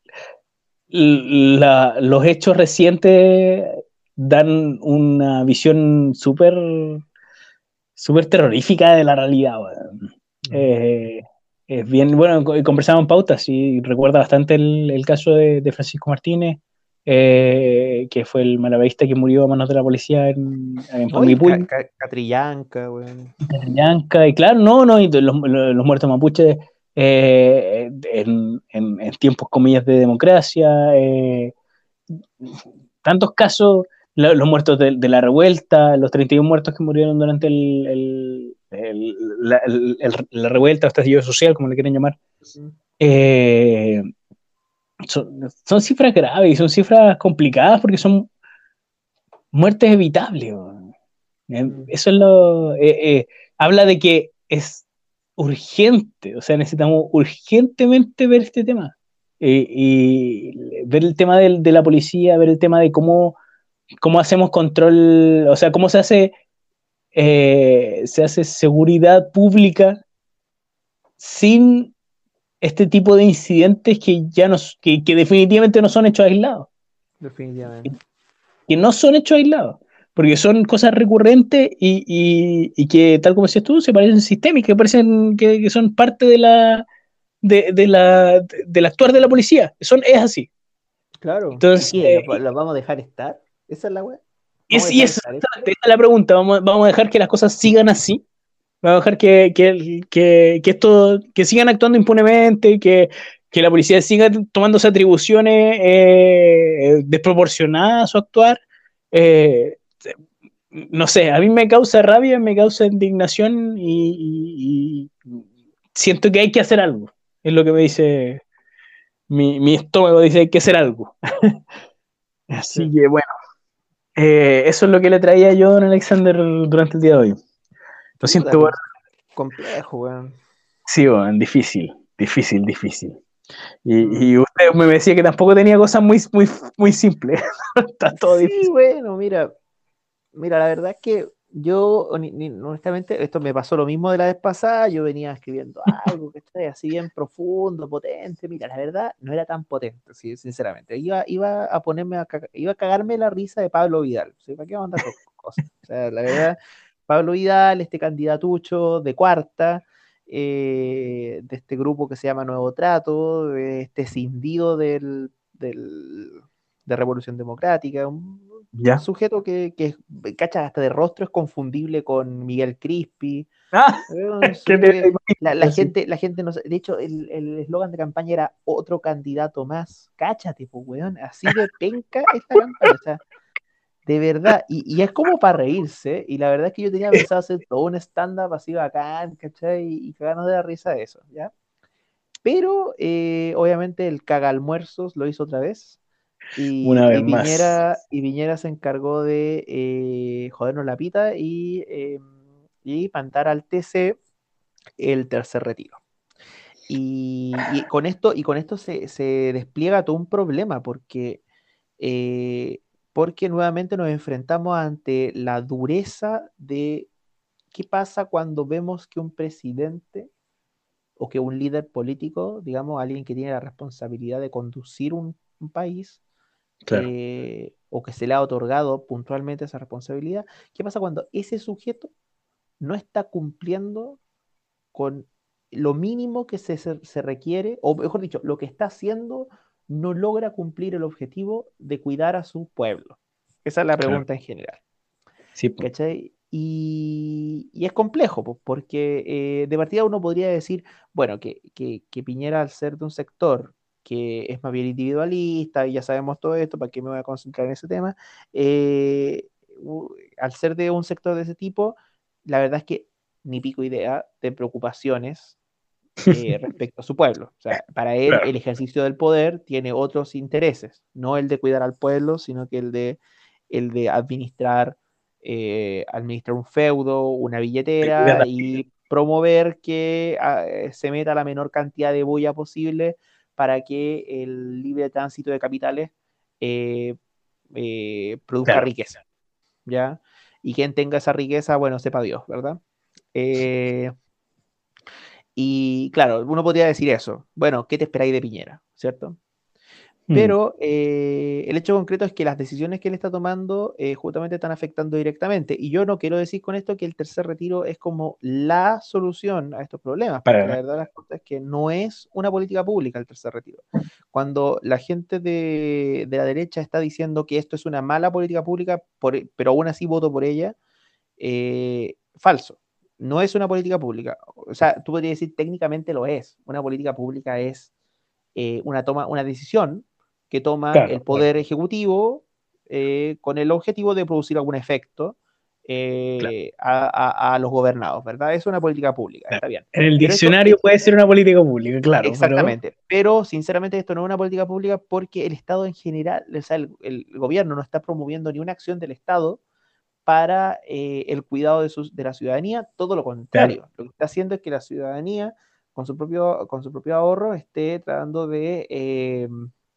la, los hechos recientes dan una visión súper súper terrorífica de la realidad. Bueno. Eh, es bien, bueno, conversamos en pautas y recuerda bastante el, el caso de, de Francisco Martínez, eh, que fue el malabarista que murió a manos de la policía en, en No, y Ca- Panguipulli, Ca- Catrillanca, weón. en Llanca, y claro, no, no, y los, los, los muertos mapuches, eh, en, en, en, tiempos, comillas, de democracia, eh, tantos casos, lo, los muertos de, de, la revuelta, los treinta y uno muertos que murieron durante el, el, el, la, el, la revuelta, o estallido social, como le quieren llamar, eh, son, son cifras graves y son cifras complicadas porque son muertes evitables. Eh, eso es lo... Eh, eh, habla de que es urgente, o sea, necesitamos urgentemente ver este tema. Eh, y ver el tema de, de la policía, ver el tema de cómo cómo hacemos control, o sea, cómo se hace, eh, se hace seguridad pública sin este tipo de incidentes que ya nos, que, que definitivamente no son hechos aislados, Definitivamente. que no son hechos aislados, porque son cosas recurrentes y, y, y que, tal como decías tú, se parecen sistémicas, que parecen que, que son parte de la, de, de la, de, del actuar de la policía, son, es así. Claro. Entonces, ¿Y qué? eh, ¿Lo, lo vamos a dejar estar? ¿Esa es la weá? es, y es, esa es la pregunta, ¿vamos, vamos a dejar que las cosas sigan así? Vamos a dejar que, que, que, que, esto, que sigan actuando impunemente, que, que la policía siga tomándose atribuciones, eh, desproporcionadas a su actuar. Eh, no sé, a mí me causa rabia, me causa indignación y, y, y siento que hay que hacer algo. Es lo que me dice mi, mi estómago, dice hay que hacer algo. Así Sí. que bueno, eh, eso es lo que le traía yo a don Alexander durante el día de hoy. Lo Puta, siento, bueno. complejo, weón. Sí, bueno, difícil, difícil, difícil. Y, Mm. y usted me decía que tampoco tenía cosas muy, muy, muy simples. Está todo Sí, difícil. bueno, mira, mira, la verdad es que Yo, honi- ni- honestamente, esto me pasó lo mismo de la vez pasada. Yo venía escribiendo algo que está así bien profundo, potente. Mira, la verdad, no era tan potente, sí, sinceramente. Iba, iba a ponerme a, caga- iba a cagarme la risa de Pablo Vidal. ¿Sí? ¿Para qué vamos a andar con cosas? O sea, la verdad, Pablo Vidal, este candidatucho de cuarta, eh, de este grupo que se llama Nuevo Trato, de este cindido del, del- de Revolución Democrática, un Ya. sujeto que, que es- cacha, hasta de rostro es confundible con Miguel Crispi. Ah, eh, Un ¿qué sujeto te que la, la así? gente, la gente no sa- de hecho, el el eslogan de campaña era otro candidato más. Cáchate, pues, weón. Así de penca es la campaña. O sea, de verdad. Y, y es como para reírse. Y la verdad es que yo tenía pensado hacer todo un stand-up así bacán, ¿cachai? Y, y cagarnos de la risa de eso, ¿ya? Pero eh, obviamente el caga almuerzos lo hizo otra vez. Y, Una vez y más. Piñera, y Piñera se encargó de eh, jodernos la pita y, eh, y mandar al T C el tercer retiro. Y, y con esto, y con esto se, se despliega todo un problema, porque, eh, porque nuevamente nos enfrentamos ante la dureza de qué pasa cuando vemos que un presidente o que un líder político, digamos, alguien que tiene la responsabilidad de conducir un, un país, Claro, eh, o que se le ha otorgado puntualmente esa responsabilidad, ¿qué pasa cuando ese sujeto no está cumpliendo con lo mínimo que se, se, se requiere, o mejor dicho, lo que está haciendo no logra cumplir el objetivo de cuidar a su pueblo? Esa es la claro. pregunta en general. Sí, po. ¿Cachai? Y, y es complejo, po, porque eh, de partida uno podría decir, bueno, que, que, que Piñera, al ser de un sector que es más bien individualista, y ya sabemos todo esto, ¿para qué me voy a concentrar en ese tema? Eh, u- al ser de un sector de ese tipo, la verdad es que ni pico idea de preocupaciones eh, respecto a su pueblo. O sea, para él Claro, el ejercicio del poder tiene otros intereses, no el de cuidar al pueblo, sino que el de, el de administrar, eh, administrar un feudo, una te cuidas billetera la- y promover que ah, eh, se meta la menor cantidad de bulla posible para que el libre tránsito de capitales eh, eh, produzca Claro, riqueza, ¿ya? Y quien tenga esa riqueza, bueno, sepa Dios, ¿verdad? Eh, y claro, uno podría decir eso. Bueno, ¿qué te esperáis de Piñera? ¿Cierto? mm, Pero eh, el hecho concreto es que las decisiones que él está tomando eh, justamente están afectando directamente. Y yo no quiero decir con esto que el tercer retiro es como la solución a estos problemas, para porque la nada. verdad de las cosas es que no es una política pública el tercer retiro. Cuando la gente de, de la derecha está diciendo que esto es una mala política pública, por- pero aún así voto por ella, eh, falso. No es una política pública. O sea, tú podrías decir técnicamente lo es. Una política pública es eh, una, toma, una decisión que toma Claro, el claro, poder ejecutivo eh, con el objetivo de producir algún efecto claro, eh, a, a, a, los gobernados, ¿verdad? Es una política pública, claro. está bien. En el Pero esto, diccionario eh, puede ser una política pública, claro, pero exactamente, pero sinceramente esto no es una política pública porque el Estado en general, o sea, el, el gobierno no está promoviendo ni una acción del Estado para eh, el cuidado de, sus, de, la ciudadanía, todo lo claro, contrario. Lo que está haciendo es que la ciudadanía, con su propio, con su propio ahorro, esté tratando de, eh,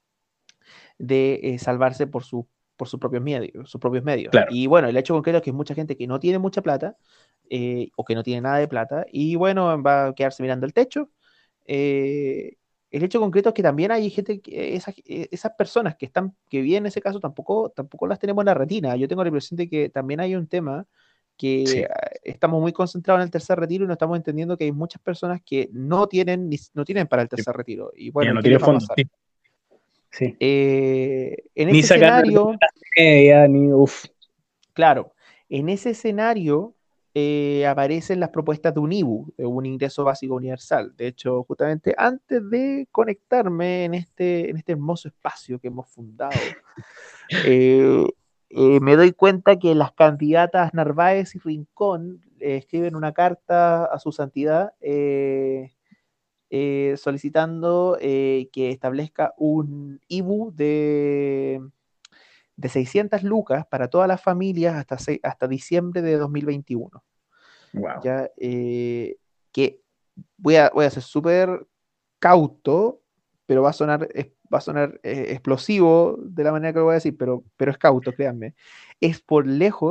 de eh, salvarse por, su, por sus, propios medios, sus propios medios. claro. Y bueno, el hecho concreto es que hay mucha gente que no tiene mucha plata eh, o que no tiene nada de plata y bueno, va a quedarse mirando el techo. Eh, el hecho concreto es que también hay gente, que, esas, esas personas que están, que viven en ese caso tampoco, tampoco las tenemos en la retina. Yo tengo la impresión de que también hay un tema que Sí, ah, estamos muy concentrados en el tercer retiro y no estamos entendiendo que hay muchas personas que no tienen, ni- no tienen para el sí, tercer retiro. Y ya bueno, ¿y no qué tiene les va a fondo, pasar? sí, sí. Eh, en Ni ese sacar de la escenario, media, ni uff. claro, en ese escenario eh, aparecen las propuestas de un I B U, de un ingreso básico universal. De hecho, justamente antes de conectarme en este, en este hermoso espacio que hemos fundado, eh, eh, me doy cuenta que las candidatas Narváez y Rincón eh, escriben una carta a su santidad eh, eh, solicitando eh, que establezca un I B U de de seiscientas lucas para todas las familias hasta, se- hasta diciembre de dos mil veintiuno. Wow. Ya, eh, que voy a, voy a ser súper cauto, pero va a sonar, es- va a sonar eh, explosivo de la manera que lo voy a decir, pero, pero es cauto, créanme. Es por lejos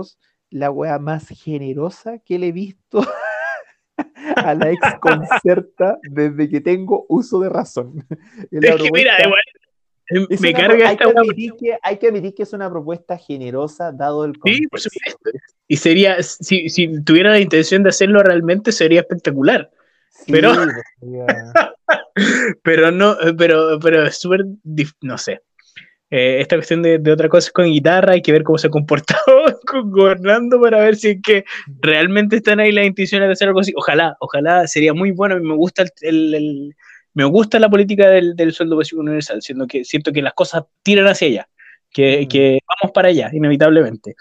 la wea más generosa que le he visto a la ex concerta desde que tengo uso de razón. Es la Es que mira, propuesta. igual, eh, Es me una pro- carga hay, esta que weá. admitir que, hay que admitir que es una propuesta generosa dado el Sí, por contexto. supuesto. Y sería, si, si tuviera la intención de hacerlo realmente, sería espectacular. Pero, Sí, pues, sería- pero no, pero, pero es súper, dif- no sé. Eh, esta cuestión de, de otra cosa es con guitarra, hay que ver cómo se ha comportado con gobernando para ver si es que realmente están ahí las intenciones de hacer algo así. Ojalá, ojalá sería muy bueno. A mí me gusta el, el- el- me gusta la política del, del sueldo básico universal, siendo que siento que las cosas tiran hacia allá, que, Mm. que vamos para allá, inevitablemente.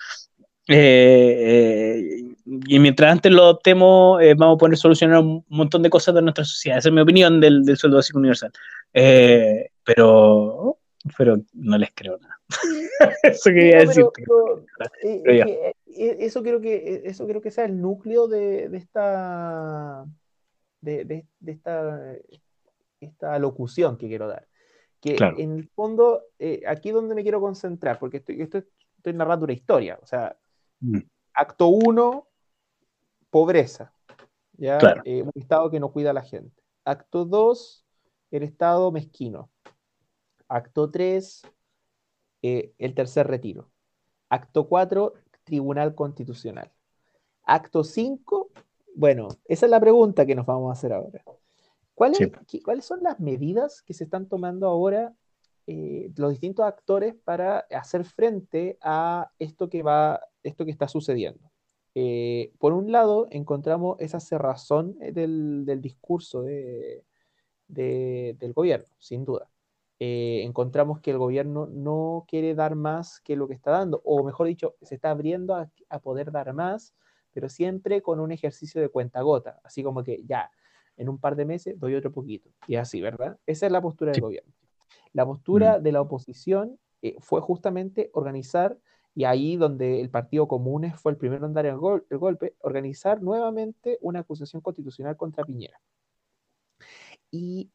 Eh, eh, y mientras antes lo adoptemos, eh, vamos a poder solucionar un montón de cosas de nuestra sociedad. Esa es mi opinión del, del sueldo básico universal. Eh, pero, pero no les creo nada. Eso Sí, quería no, decir. pero, pero, eh, Pero es ya, que, eh, eso creo que eh, eso creo que sea el núcleo de, de esta de, de- de esta, esta locución que quiero dar. Que claro. en el fondo, eh, aquí es donde me quiero concentrar, porque estoy, estoy, estoy narrando una historia. O sea, Mm, acto uno, pobreza, ¿ya? claro. Eh, un Estado que no cuida a la gente. Acto dos, el Estado mezquino. Acto tres, eh, el tercer retiro. Acto cuatro, Tribunal Constitucional. Acto cinco, bueno, esa es la pregunta que nos vamos a hacer ahora. Sí. ¿Cuáles, qué- ¿Cuáles son las medidas que se están tomando ahora eh, los distintos actores para hacer frente a esto que va, esto que está sucediendo? Eh, por un lado, encontramos esa cerrazón eh, del, del discurso de, de- del gobierno, sin duda. Eh, encontramos que el gobierno no quiere dar más que lo que está dando, o mejor dicho, se está abriendo a, a poder dar más, pero siempre con un ejercicio de cuenta gota, así como que ya, en un par de meses doy otro poquito, y así, ¿verdad? Esa es la postura del Sí. gobierno. La Mm, postura de la oposición eh, fue justamente organizar, y ahí donde el Partido Comunes fue el primero en dar el, gol, el golpe, organizar nuevamente una acusación constitucional contra Piñera. Y,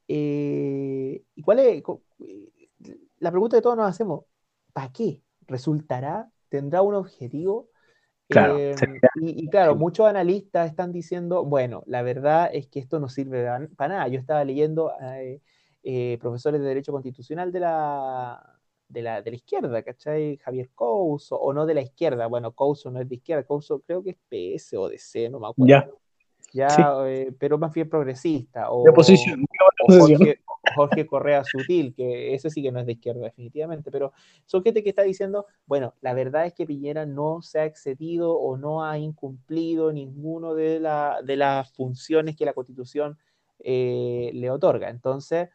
eh, ¿y cuál es? co- eh, La pregunta que todos nos hacemos, ¿para qué? ¿Resultará? ¿Tendrá un objetivo? claro. Eh, Sería- y, y claro, sí. muchos analistas están diciendo, bueno, la verdad es que esto no sirve para nada. Yo estaba leyendo eh, eh, profesores de Derecho Constitucional de la, de la, de la izquierda, ¿cachai? Javier Couso, o no de la izquierda, bueno, Couso no es de izquierda, Couso creo que es P S o D C, no me acuerdo Ya. Sí. ya, eh, pero más bien progresista, De o, oposición. Digamos de o oposición. Jorge, Jorge Correa Sutil, que ese sí que no es de izquierda definitivamente, pero son gente que está diciendo, bueno, la verdad es que Piñera no se ha excedido o no ha incumplido ninguno de, la, de las funciones que la Constitución eh, le otorga. Entonces,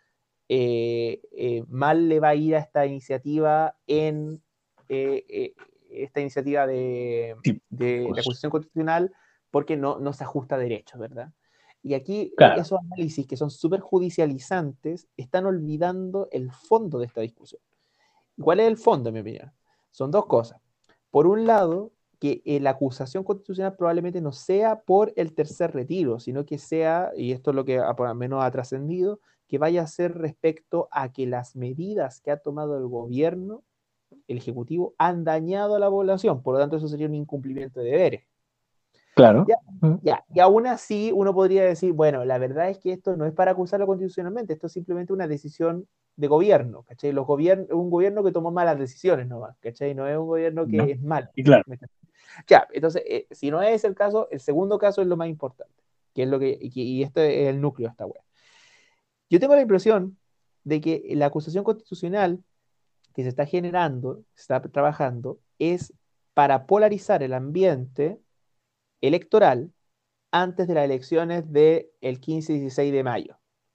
eh, eh, mal le va a ir a esta iniciativa en eh, eh, esta iniciativa de, Sí. de la Pues, Constitución Constitucional porque no, no se ajusta a derechos, ¿verdad? Y aquí eh, claro. esos análisis que son súper judicializantes están olvidando el fondo de esta discusión. ¿Cuál es el fondo, en mi opinión? Son dos cosas. Por un lado, que eh, la acusación constitucional probablemente no sea por el tercer retiro, sino que sea, y esto es lo que por lo menos ha trascendido, que vaya a ser respecto a que las medidas que ha tomado el gobierno, el Ejecutivo, han dañado a la población. Por lo tanto, eso sería un incumplimiento de deberes. Claro. Ya, Mm, ya. Y aún así uno podría decir, bueno, la verdad es que esto no es para acusarlo constitucionalmente, esto es simplemente una decisión de gobierno, ¿cachai? Los gobiernos, un gobierno que tomó malas decisiones nomás, ¿cachai? No es un gobierno ¿no? que es malo. Y claro. Ya, entonces, eh, si no es el caso, el segundo caso es lo más importante, que es lo que, y, y esto es el núcleo de esta web. Yo tengo la impresión de que la acusación constitucional que se está generando, se está trabajando, es para polarizar el ambiente electoral antes de las elecciones del quince y dieciséis de mayo.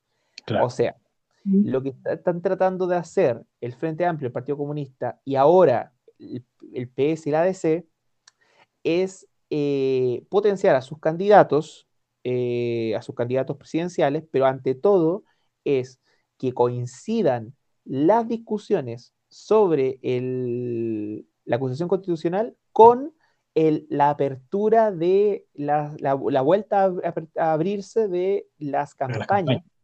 O Claro. sea, lo que están tratando de hacer el Frente Amplio, el Partido Comunista y ahora el, el P S y la A D C es eh, potenciar a sus candidatos, eh, a sus candidatos presidenciales, pero ante todo es que coincidan las discusiones sobre el, la acusación constitucional con el, la apertura de la, la, la vuelta a, a, abrirse de las De la campañas campaña.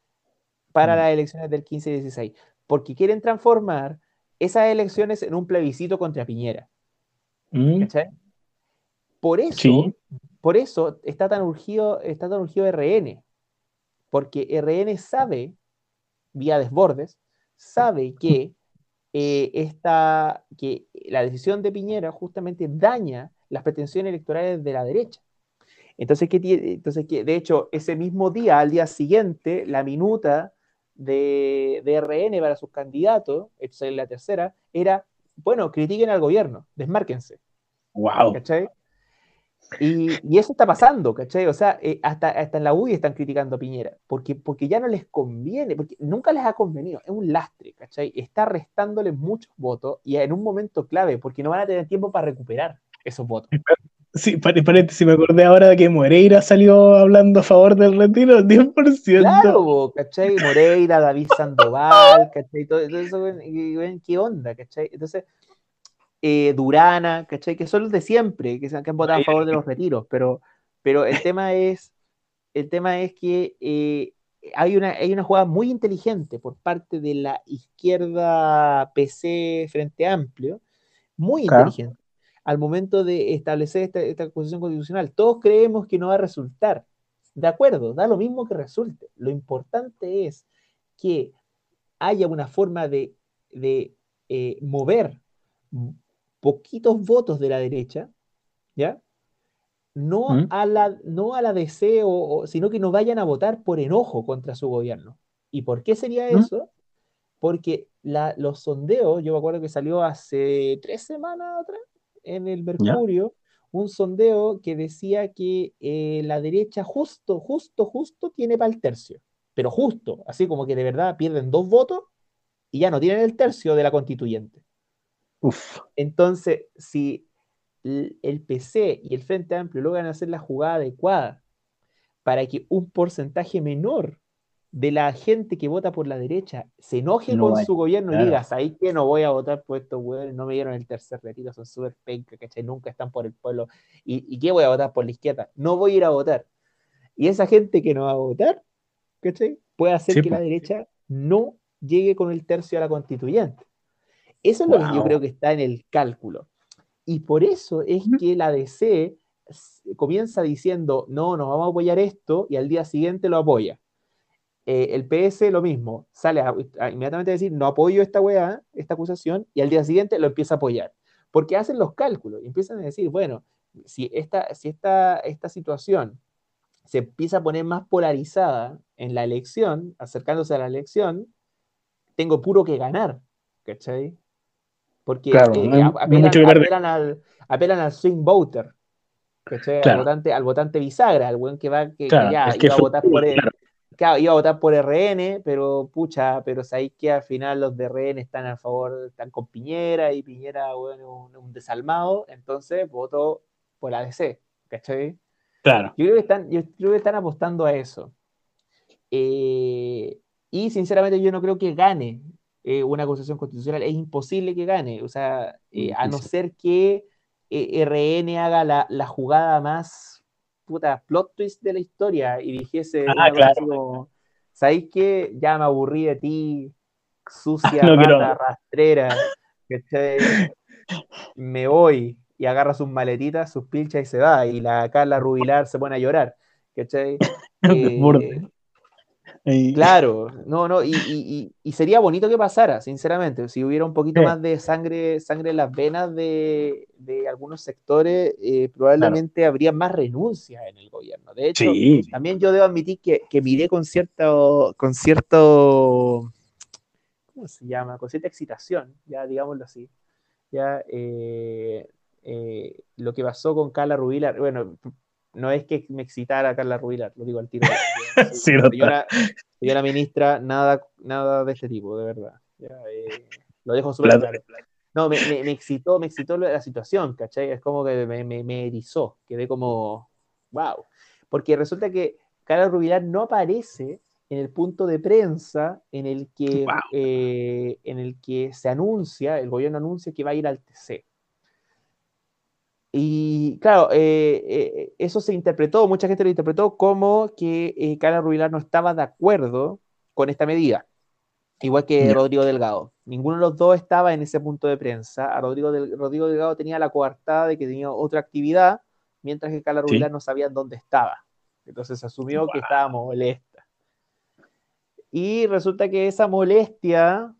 para Mm. las elecciones del quince y dieciséis, porque quieren transformar esas elecciones en un plebiscito contra Piñera. Mm, ¿Cachai? Por eso, Sí. por eso está tan urgido, está tan urgido R N, porque R N sabe, vía desbordes, sabe que, eh, esta, que la decisión de Piñera justamente daña las pretensiones electorales de la derecha. Entonces, ¿qué tiene? Entonces ¿qué? De hecho, ese mismo día, al día siguiente, la minuta de, de R N para sus candidatos, esta es la tercera, era, bueno, critiquen al gobierno, desmárquense, Wow. ¿cachai? Y, y eso está pasando, ¿cachai? O sea, eh, hasta, hasta en la U D I están criticando a Piñera, porque, porque ya no les conviene, porque nunca les ha convenido, es un lastre, ¿cachai? Está restándoles muchos votos y en un momento clave, porque no van a tener tiempo para recuperar esos votos. Sí, pare- paréntesis, me acordé ahora de que Moreira salió hablando a favor del retiro, diez por ciento. Claro, bo, ¿cachai? Moreira, David Sandoval, ¿cachai? Todo, todo eso, güey, y, güey, ¿qué onda, cachai? Entonces, eh, Durana, ¿cachai? Que son los de siempre, que, se, que han votado a favor de los retiros, pero, pero el tema es, el tema es que eh, hay, una, hay una jugada muy inteligente por parte de la izquierda P C Frente Amplio, muy Claro. inteligente, al momento de establecer esta, esta acusación constitucional. Todos creemos que no va a resultar. De acuerdo, da lo mismo que resulte. Lo importante es que haya una forma de, de eh, mover poquitos votos de la derecha, ¿ya? No ¿Mm? a la, no a la D C, o, o, sino que no vayan a votar por enojo contra su gobierno. ¿Y por qué sería ¿Mm? eso? Porque la, los sondeos, yo me acuerdo que salió hace tres semanas atrás en el ¿Ya? Mercurio, un sondeo que decía que eh, la derecha justo, justo, justo tiene para el tercio. Pero justo, así como que de verdad pierden dos votos y ya no tienen el tercio de la constituyente. Uf. Entonces, si el P C y el Frente Amplio logran hacer la jugada adecuada para que un porcentaje menor de la gente que vota por la derecha se enoje No con vaya. su gobierno y Claro. diga, ahí que no voy a votar por estos hueones, no me dieron el tercer retiro, son súper penca, ¿cachai? Nunca están por el pueblo. ¿Y, ¿Y qué voy a votar por la izquierda? No voy a ir a votar. Y esa gente que no va a votar, ¿cachai? Puede hacer Sí, que la pues. derecha no llegue con el tercio a la constituyente. Eso es lo que yo Wow. creo que está en el cálculo. Y por eso es que la D C comienza diciendo, no, nos vamos a apoyar esto, y al día siguiente lo apoya. Eh, el P S lo mismo, sale a, a inmediatamente a decir, no apoyo esta weá, esta acusación, y al día siguiente lo empieza a apoyar. Porque hacen los cálculos y empiezan a decir, bueno, si esta, si esta, esta situación se empieza a poner más polarizada en la elección, acercándose a la elección, tengo puro que ganar, ¿cachai? Porque Claro, no eh, hay, no hay apelan, mucho que perder. apelan, al, apelan al swing voter, ¿cachai? Al Claro, votante, al votante bisagra, al buen que va, que, que claro. ya El que iba a votar por fluctúa, él. claro. Claro, iba a votar por R N, pero pucha, pero sabéis que al final los de R N están a favor, están con Piñera, y Piñera, bueno, un, un desalmado, entonces voto por la D C, ¿cachai? Claro. Yo creo que están, yo creo que están apostando a eso. Eh, y sinceramente yo no creo que gane eh, una acusación constitucional, es imposible que gane, o sea, Muy eh, a no difícil. ser que eh, R N haga la, la jugada más puta plot twist de la historia y dijese Ah, una cosa así claro. como, ¿sabéis qué? Ya me aburrí de ti, sucia No quiero. rata rastrera, ¿cachai? Me voy, y agarra sus maletitas, sus pilchas y se va, y la Carla Rubilar se pone a llorar, ¿cachai? Eh, Desborde. Ahí. Claro, no, no, y, y- y- y sería bonito que pasara, sinceramente, si hubiera un poquito Sí, más de sangre, sangre en las venas de, de algunos sectores, eh, claro. probablemente habría más renuncias en el gobierno. De hecho, Sí. también yo debo admitir que, que miré con cierto, con cierto, ¿cómo se llama? Con cierta excitación, ya digámoslo así, ya eh, eh, lo que pasó con Carla Rubilar. Bueno, no es que me excitara Carla Rubilar, lo digo al tiro ya. Yo soy- Sí, no está. señora, señora ministra, nada, nada de este tipo, de verdad. Ya, eh, lo dejo súper Plata. claro. No, me, me, me excitó, me excitó la situación, ¿cachai? Es como que me, me, me erizó, quedé como, wow. Porque resulta que Carla Rubilar no aparece en el punto de prensa en el que, Wow. eh, en el que se anuncia, el gobierno anuncia que va a ir al T C. Y claro, eh, eh, eso se interpretó, mucha gente lo interpretó como que eh, Carla Rubilar no estaba de acuerdo con esta medida, igual que Ya. Rodrigo Delgado. Ninguno de los dos estaba en ese punto de prensa. A Rodrigo, Del, Rodrigo Delgado tenía la coartada de que tenía otra actividad mientras que Carla Sí. Rubilar no sabía dónde estaba. Entonces se asumió que estaba molesta. Y resulta que esa molestia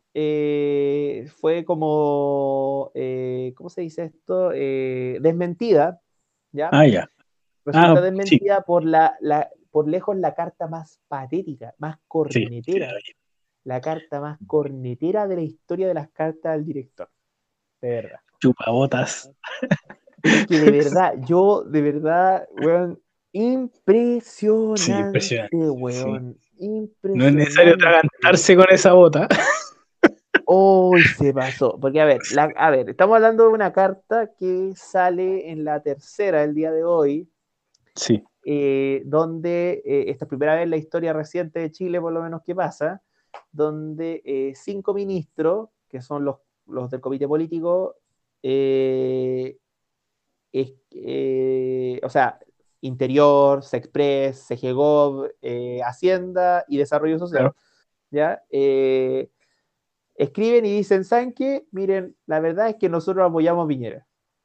eh, fue como, eh, ¿cómo se dice esto? Eh, desmentida, ¿ya? Ah, ya. Resulta Ah, sí, desmentida por, la, la, por lejos la carta más patética, más sí, sí, cornetera, la vi. la carta más cornetera de la historia de las cartas del director, de verdad. Chupabotas. Es que de verdad, yo, de verdad, weón, Sí, impresionante, impresionante. Sí. weón, No es necesario impresionante. atragantarse con esa bota. Hoy se pasó, porque a ver, la, a ver, estamos hablando de una carta que sale en la tercera el día de hoy, Sí, eh, donde, eh, esta es primera vez en la historia reciente de Chile, por lo menos que pasa, donde eh, cinco ministros, que son los, los del comité político, eh, es, eh, o sea, Interior, Sexpress, Segegov, eh, Hacienda y Desarrollo Social, claro. ¿ya? Eh, escriben y dicen, ¿saben qué? Miren, la verdad es que nosotros apoyamos a Piñera.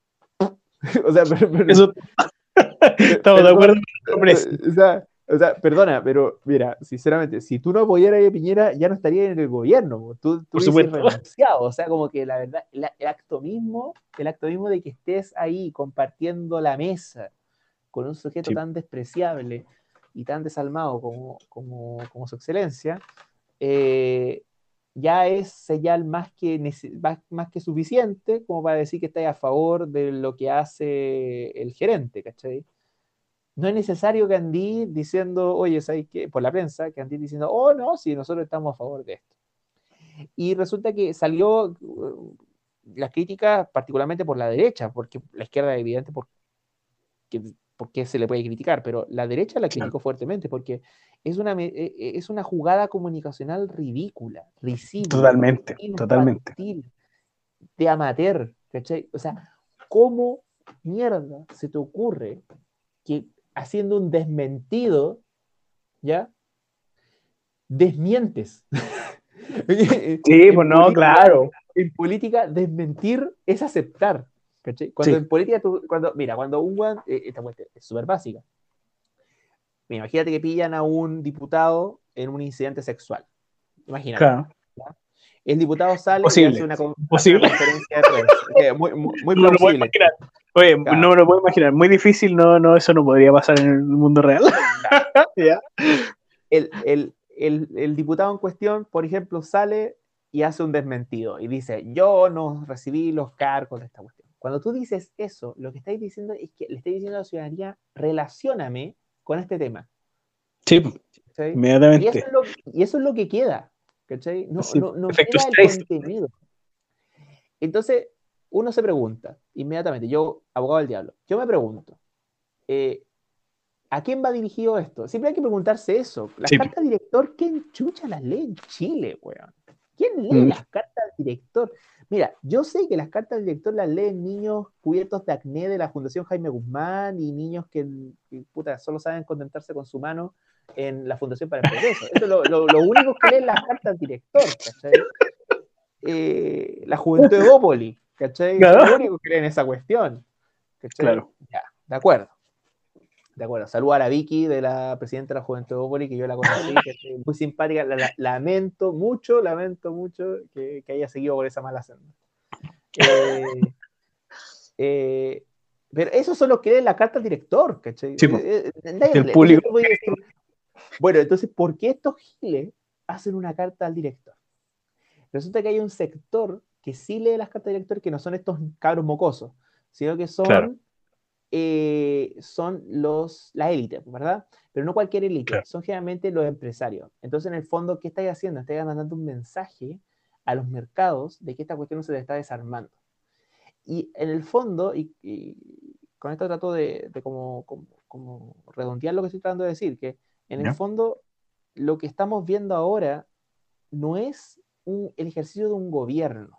O sea, per- per- Eso per- estamos de acuerdo perdón, con la presi. o sea, o sea, perdona, pero mira, sinceramente, si tú no apoyaras a Piñera, ya no estarías en el gobierno, po. tú, tú Por hubieses supuesto. renunciado, o sea, como que la verdad, el, el acto mismo, el acto mismo de que estés ahí compartiendo la mesa con un sujeto Sí, tan despreciable y tan desalmado como, como, como su excelencia, eh, ya es señal más que, nece- más, más que suficiente como para decir que estáis a favor de lo que hace el gerente, ¿cachai? No es necesario que andí diciendo, oye, ¿sabes qué? Por la prensa, que andí diciendo, oh, no, sí, nosotros estamos a favor de esto. Y resulta que salió uh, las críticas particularmente por la derecha, porque la izquierda es evidente por qué, por qué se le puede criticar, pero la derecha la claro. criticó fuertemente porque es una, me- eh, eh, es una jugada comunicacional ridícula, risible, Totalmente, totalmente. infantil, de amateur, ¿cachai? O sea, ¿cómo mierda se te ocurre que haciendo un desmentido, ¿ya? Desmientes? Sí, En pues no, política, claro. en política, desmentir es aceptar, ¿cachai? Cuando Sí, en política, tú, cuando, mira, cuando un weón, eh, esta cuestión es súper básica. Mira, imagínate que pillan a un diputado en un incidente sexual. Imagínate. claro. ¿Ya? El diputado sale y hace Imposible. una, con- hace una Imposible. conferencia de prensa. Eh, muy, muy, muy No me lo puedo plausible. imaginar. Oye, Claro, no me lo puedo imaginar. Muy difícil, no, no, eso no podría pasar en el mundo real. claro. Ya. El, el, el, el diputado en cuestión, por ejemplo, sale y hace un desmentido y dice, yo no recibí los cargos de esta cuestión. Cuando tú dices eso, lo que estáis diciendo es que le estáis diciendo a la ciudadanía, relacióname con este tema. Sí, ¿Cachai? Y eso inmediatamente. es lo, y eso es lo que queda. ¿Cachai? No, Sí, no, no efecto queda el Streisand. contenido. Entonces, uno se pregunta, inmediatamente, yo, abogado del diablo, yo me pregunto, eh, ¿a quién va dirigido esto? Siempre hay que preguntarse eso. Las Sí. cartas director, ¿quién chucha las lee en Chile, weón? ¿Quién lee Mm, las cartas director? Mira, yo sé que las cartas director las leen niños cubiertos de acné de la Fundación Jaime Guzmán y niños que, que, puta, solo saben contentarse con su mano en la Fundación para el Progreso. Eso es lo, lo, lo único que leen las cartas director, ¿cachai? Eh, la juventud de Bópoli, ¿cachai? Son los Claro. únicos que leen esa cuestión, ¿cachai? Claro. Ya, de acuerdo. De acuerdo, saludo a la Vicky de la presidenta de la Juventud de Bópoli, que yo la conocí, que es muy simpática. La, la, lamento mucho, lamento mucho que, que, haya seguido por esa mala senda. Eh, eh, pero esos son los que leen la carta al director, ¿cachai? Sí, pues, Eh, eh, nadie del lee. Entonces público. tú puedes decir, bueno, entonces, ¿por qué estos giles hacen una carta al director? Resulta que hay un sector que sí lee las cartas al director, que no son estos cabros mocosos, sino que Claro, son eh, son los, la élite, ¿verdad? Pero no cualquier élite, claro. son generalmente los empresarios. Entonces, en el fondo, ¿qué estáis haciendo? Estáis mandando un mensaje a los mercados de que esta cuestión se les está desarmando. Y en el fondo, y, y con esto trato de, de como, como, como redondear lo que estoy tratando de decir, que en el ¿Ya? fondo lo que estamos viendo ahora no es un, el ejercicio de un gobierno,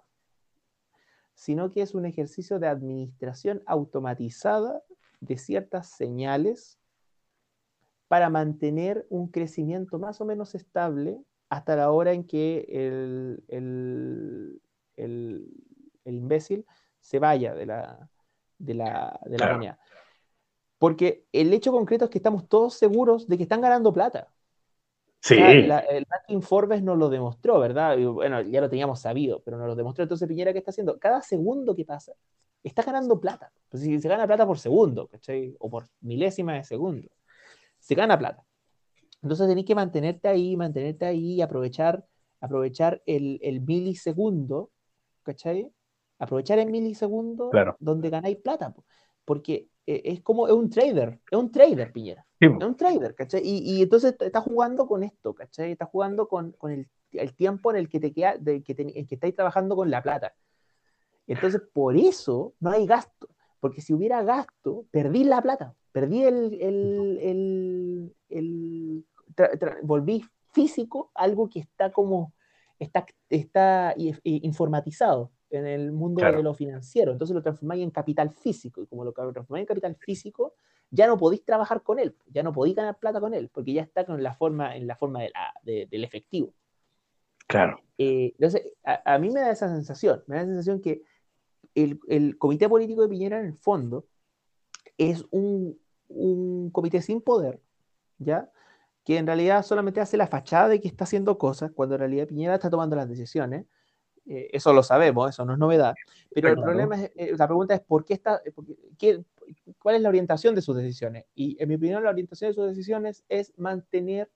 sino que es un ejercicio de administración automatizada de ciertas señales para mantener un crecimiento más o menos estable hasta la hora en que el, el, el, el imbécil se vaya de la, de la, de la Claro. moneda. Porque el hecho concreto es que estamos todos seguros de que están ganando plata. O Sí, sea, la- el ranking Forbes nos lo demostró, ¿verdad? Y bueno, ya lo teníamos sabido, pero nos lo demostró. Entonces, Piñera, ¿qué está haciendo? Cada segundo que pasa, está ganando plata. Pues si se gana plata por segundo, ¿cachai? O por milésima de segundo, se gana plata. Entonces tenés que mantenerte ahí, mantenerte ahí y aprovechar, aprovechar el, el milisegundo, ¿cachai? Aprovechar el milisegundo claro. donde ganáis plata, po. Porque eh, es como, es un trader, es un trader, Piñera. Sí, Es un trader, ¿cachai? Y, y entonces está jugando con esto, ¿cachai? Está jugando con, con el, el tiempo en el que te queda, de, que te, en que estáis trabajando con la plata. Entonces, por eso no hay gasto. Porque si hubiera gasto, perdí la plata. Perdí el. el, el, el tra, tra, volví físico algo que está como. Está, está informatizado en el mundo de claro. lo financiero. Entonces lo transformáis en capital físico. Y como lo transformáis en capital físico, ya no podéis trabajar con él. Ya no podéis ganar plata con él. Porque ya está con la forma, en la forma de la, de, del efectivo. Claro. Eh, entonces, a, a mí me da esa sensación. Me da la sensación que el, el comité político de Piñera, en el fondo, es un, un comité sin poder, ¿ya? Que en realidad solamente hace la fachada de que está haciendo cosas, cuando en realidad Piñera está tomando las decisiones. Eh, eso lo sabemos, eso no es novedad. Pero el Claro. problema es, eh, la pregunta es, ¿por qué está, por qué, ¿cuál es la orientación de sus decisiones? Y en mi opinión, la orientación de sus decisiones es mantener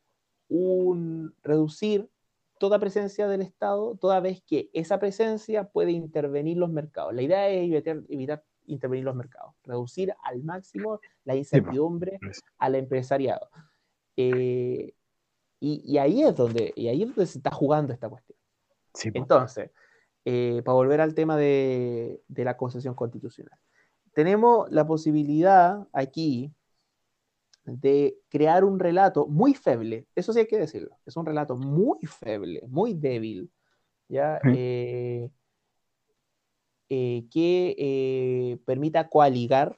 un, reducir toda presencia del Estado, toda vez que esa presencia puede intervenir los mercados. La idea es evitar, evitar intervenir los mercados, reducir al máximo la Sí, po. incertidumbre al empresariado. Eh, y, y, ahí es donde, y ahí es donde se está jugando esta cuestión. Sí, po. Entonces, eh, para volver al tema de, de la concesión constitucional, tenemos la posibilidad aquí de crear un relato muy feble, eso sí hay que decirlo, es un relato muy feble, muy débil, ¿ya? Sí. Eh, eh, que eh, permita coaligar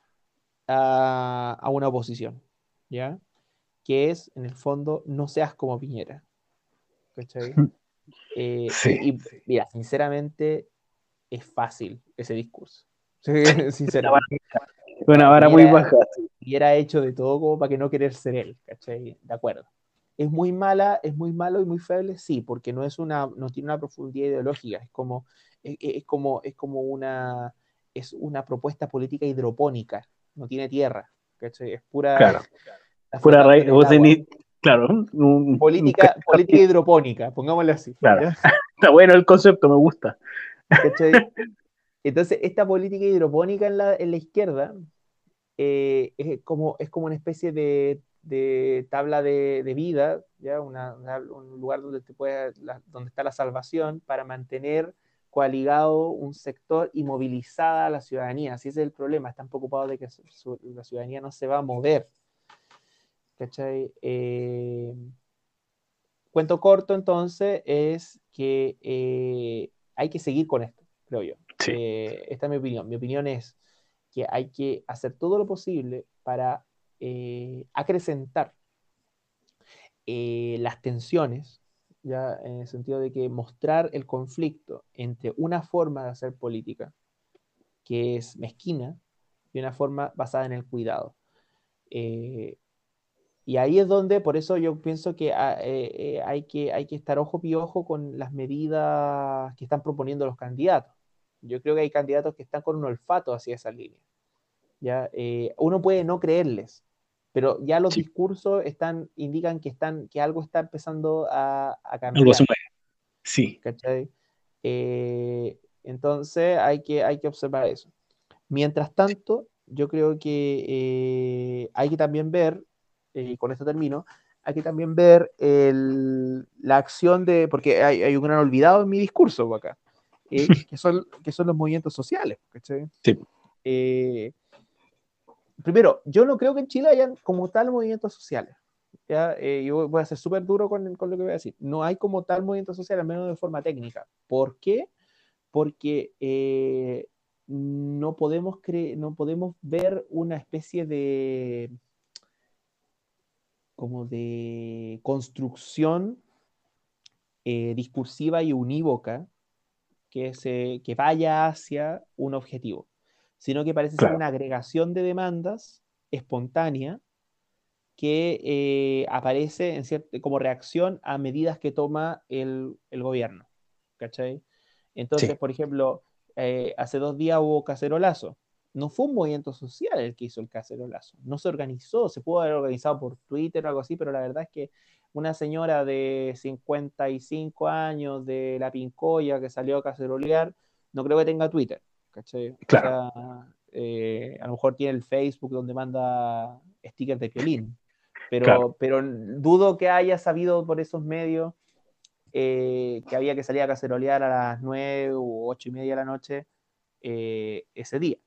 a, a, una oposición, ¿ya? Que es, en el fondo, no seas como Piñera, ¿cachai? Eh, Sí. y, y, mira, sinceramente, es fácil ese discurso, Una vara, sinceramente. una vara muy Piñera, baja. Piñera ha hecho de todo como para que no querer ser él, ¿cachai? De acuerdo. Es muy mala, es muy malo y muy feble, sí, porque no es una, no tiene una profundidad ideológica, es como, es, es como, es como una, es una propuesta política hidropónica, no tiene tierra, ¿cachai? Es pura, Claro. está Pura flotando raíz. en el agua. Claro. Un, un, Política, política hidropónica, pongámosle así. claro. ¿Ya? Está bueno el concepto, me gusta. ¿Cachai? Entonces, esta política hidropónica en la, en la izquierda eh, es, como, es como una especie de, de tabla de, de vida, ¿ya? Una, una, un lugar donde, te puede, la, donde está la salvación para mantener coaligado un sector y movilizada a la ciudadanía. Así es el problema, están preocupados de que su, su, la ciudadanía no se va a mover. ¿Cachai? Eh, cuento corto entonces es que eh, hay que seguir con esto, creo yo. Sí. Eh, esta es mi opinión. Mi opinión es que hay que hacer todo lo posible para eh, acrecentar eh, las tensiones, ya en el sentido de que mostrar el conflicto entre una forma de hacer política que es mezquina y una forma basada en el cuidado. Eh, y ahí es donde, por eso yo pienso que ah, eh, eh, hay que hay que estar ojo piojo con las medidas que están proponiendo los candidatos. Yo creo que hay candidatos que están con un olfato hacia esa línea. ¿Ya? Eh, uno puede no creerles, pero ya los Sí. discursos están, indican que, están, que algo está empezando a, a Algo se cambiar. mueve. Sí. ¿Cachai? Eh, entonces hay que, hay que observar eso. Mientras tanto, yo creo que eh, hay que también ver, eh, y con esto termino, hay que también ver el, la acción de, porque hay, hay un gran olvidado en mi discurso acá, eh, que, son, que son los movimientos sociales. ¿Cachai? Sí. Eh, primero, yo no creo que en Chile hayan como tal movimientos sociales. ¿Ya? Eh, yo voy a ser súper duro con, con, lo que voy a decir. No hay como tal movimiento social, al menos de forma técnica. ¿Por qué? Porque eh, no, podemos no podemos ver una especie de como de construcción eh, discursiva y unívoca que, se, que vaya hacia un objetivo. sino que parece ser Claro. una agregación de demandas espontánea que eh, aparece en cier- como reacción a medidas que toma el, el gobierno. ¿Cachai? Entonces, Sí, por ejemplo, eh, hace dos días hubo cacerolazo. No fue un movimiento social el que hizo el cacerolazo. No se organizó, se pudo haber organizado por Twitter o algo así, pero la verdad es que una señora de cincuenta y cinco años de La Pincoya que salió a cacerolear, no creo que tenga Twitter. ¿Cachai? O claro. sea, eh, a lo mejor tiene el Facebook donde manda stickers de violín, Claro. pero, pero dudo que haya sabido por esos medios eh, que había que salir a cacerolear a las nueve u ocho y media de la noche eh, ese día.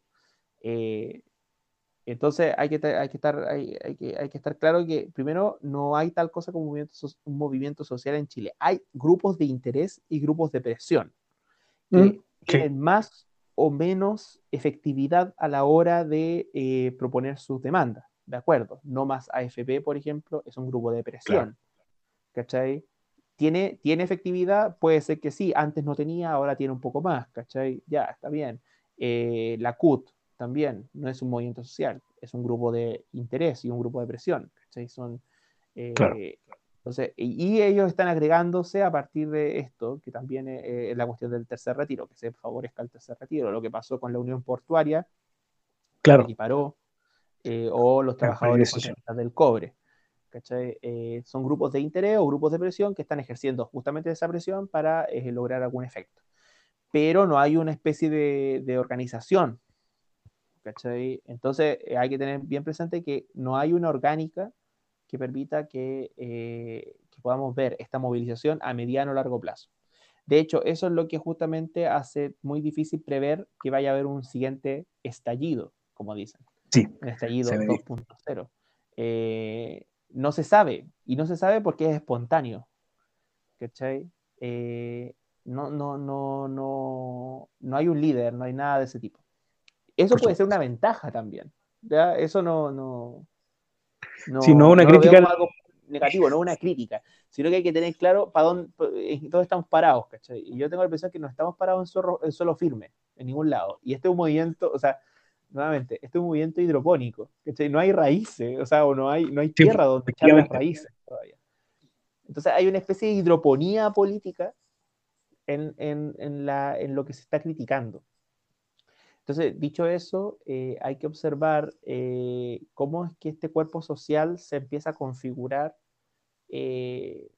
Eh, entonces hay que, hay, que estar, hay, hay, que, hay que estar claro que primero no hay tal cosa como un movimiento, un movimiento social en Chile. Hay grupos de interés y grupos de presión Mm, que sí, tienen más o menos efectividad a la hora de eh, proponer sus demandas. De acuerdo, no más A F P, por ejemplo, es un grupo de claro. presión. ¿Cachai? ¿Tiene, ¿Tiene efectividad? Puede ser que sí, antes no tenía, ahora tiene un poco más, ¿cachai? Ya, está bien. Eh, la C U T también no es un movimiento social, es un grupo de interés y un grupo de presión, ¿cachai? Son, Claro. eh, entonces, y, y ellos están agregándose a partir de esto, que también es, es la cuestión del tercer retiro, que se favorezca el tercer retiro, lo que pasó con la Unión Portuaria, que Claro. equiparó, eh, o los La justicia trabajadores social. contratistas del cobre. ¿Cachai? Eh, son grupos de interés o grupos de presión que están ejerciendo justamente esa presión para eh, lograr algún efecto. Pero no hay una especie de, de organización. ¿Cachai? Entonces eh, hay que tener bien presente que no hay una orgánica que permita que, eh, que podamos ver esta movilización a mediano o largo plazo. De hecho, eso es lo que justamente hace muy difícil prever que vaya a haber un siguiente estallido, como dicen, Sí, un se estallido ve dos bien. punto cero. Eh, no se sabe, y no se sabe porque es espontáneo, ¿cachai? Eh, no, no, no, no, no hay un líder, no hay nada de ese tipo. Eso Por puede ser una supuesto. ventaja también. ¿Ya? Eso no, no, Sí, no no, una no lo veo crítica al- como algo negativo, no una crítica, sino que hay que tener claro para dónde, en dónde estamos parados, ¿cachai? Y yo tengo la impresión que no estamos parados en suelo, en suelo firme, en ningún lado. Y este es un movimiento, o sea, nuevamente, este es un movimiento hidropónico, ¿cachai? No hay raíces, o sea, o no hay, no hay Sí, tierra donde echar las efectivamente. raíces todavía. Entonces hay una especie de hidroponía política en, en, en, la, en lo que se está criticando. Entonces, dicho eso, eh, hay que observar eh, cómo es que este cuerpo social se empieza a configurar eh,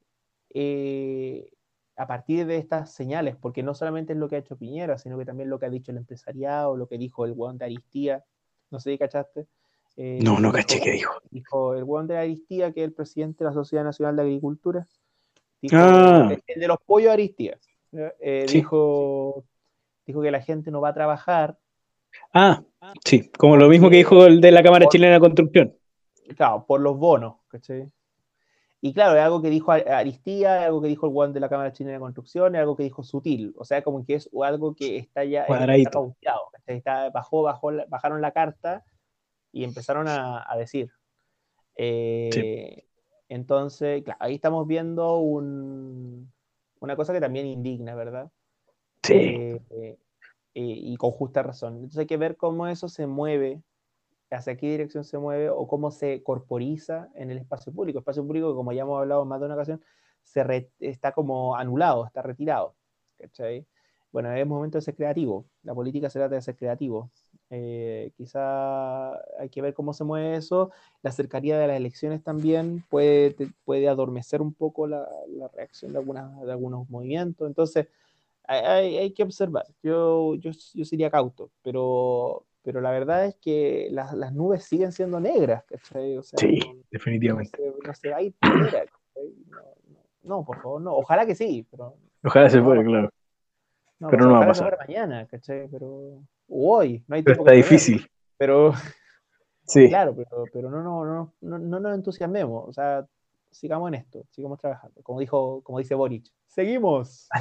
eh, a partir de estas señales, porque no solamente es lo que ha hecho Piñera, sino que también lo que ha dicho el empresariado, lo que dijo el hueón de Aristía, no sé si cachaste, No, eh, no dijo, caché qué dijo. dijo el hueón de Aristía, que es el presidente de la Sociedad Nacional de Agricultura, dijo, Ah, el, el de los pollos Aristía, eh, sí. dijo, dijo que la gente no va a trabajar Ah, sí. Como lo mismo que porque, dijo el de la Cámara por, Chilena de Construcción. claro, por los bonos, ¿cachai? Y claro, es algo que dijo Aristía, es algo que dijo el Juan de la Cámara Chilena de Construcción, es algo que dijo Sutil. O sea, como que es algo que está ya está Cuadradito. pauteado. Está, bajó, bajó, bajaron la carta y empezaron a, a decir. Sí. Eh, entonces, claro, ahí estamos viendo un, una cosa que también indigna, ¿verdad? Sí, Eh, eh, y con justa razón. Entonces hay que ver cómo eso se mueve, hacia qué dirección se mueve o cómo se corporiza en el espacio público. El espacio público, como ya hemos hablado en más de una ocasión, se re, está como anulado, está retirado. ¿Cachai? Bueno, es momento de ser creativo. La política se trata de ser creativo. Eh, quizá hay que ver cómo se mueve eso. La cercanía de las elecciones también puede, puede adormecer un poco la, la reacción de, algunas, de algunos movimientos. Entonces, hay, hay, hay que observar. Yo, yo, yo sería cauto, pero, pero la verdad es que las, las nubes siguen siendo negras, ¿cachai? O sea, sí, no, no, definitivamente. se, no se va a ir manera, ¿cachai? No, no, no, por favor, no. Ojalá que sí, pero, Ojalá pero se no va a pueda, pasar. claro. No va a Pero pasar. no va a Ojalá se pasar. fuera mañana, ¿cachai? Pero, o hoy, no hay Pero tiempo está que perder. difícil. Pero, Sí, claro, pero, pero no, no, no, no, no nos entusiasmemos. O sea, sigamos en esto, sigamos trabajando. Como dijo, como dice Boric, seguimos.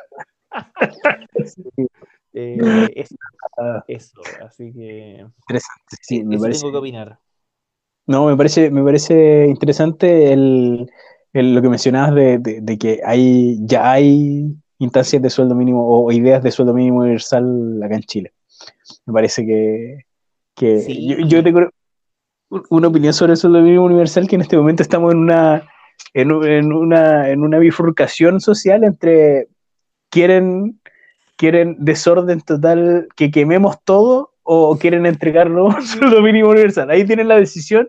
Eh, eso, ah, eso, así que interesante. Sí, eh, me eso parece. tengo que opinar. No, me parece, me parece interesante el, el- lo que mencionabas de, de- de que hay, ya hay instancias de sueldo mínimo o ideas de sueldo mínimo universal acá en Chile. Me parece que, que Sí. yo, yo tengo una opinión sobre el sueldo mínimo universal, que en este momento estamos en una, en, u- en una, en una bifurcación social entre quieren, quieren desorden total, que quememos todo, o quieren entregarnos un sueldo mínimo universal. Ahí tienen la decisión,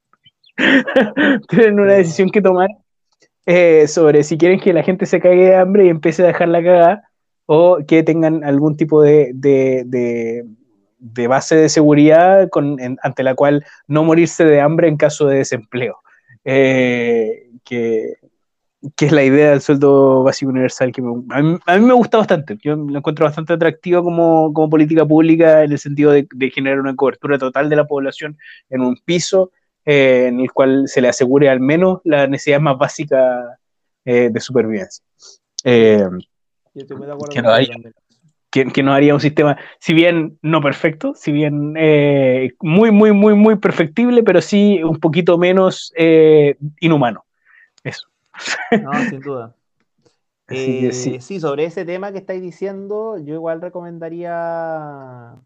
tienen una Pero, decisión que tomar, eh, sobre si quieren que la gente se cague de hambre y empiece a dejar la cagada, o que tengan algún tipo de, de, de, de base de seguridad con, en, ante la cual no morirse de hambre en caso de desempleo. Eh, que, que es la idea del sueldo básico universal, que me, a, mí, a, mí, me gusta bastante. Yo lo encuentro bastante atractivo como, como política pública, en el sentido de, de generar una cobertura total de la población en un piso, eh, en el cual se le asegure al menos la necesidad más básica, eh, de supervivencia. Eh, yo estoy muy de acuerdo que, no contigo haría, también. que, que nos haría un sistema, si bien no perfecto, si bien eh, muy, muy, muy, muy perfectible, pero sí un poquito menos eh, inhumano. Eso. No, sin duda. Así que Eh, sí. sí, sobre ese tema que estáis diciendo, yo igual recomendaría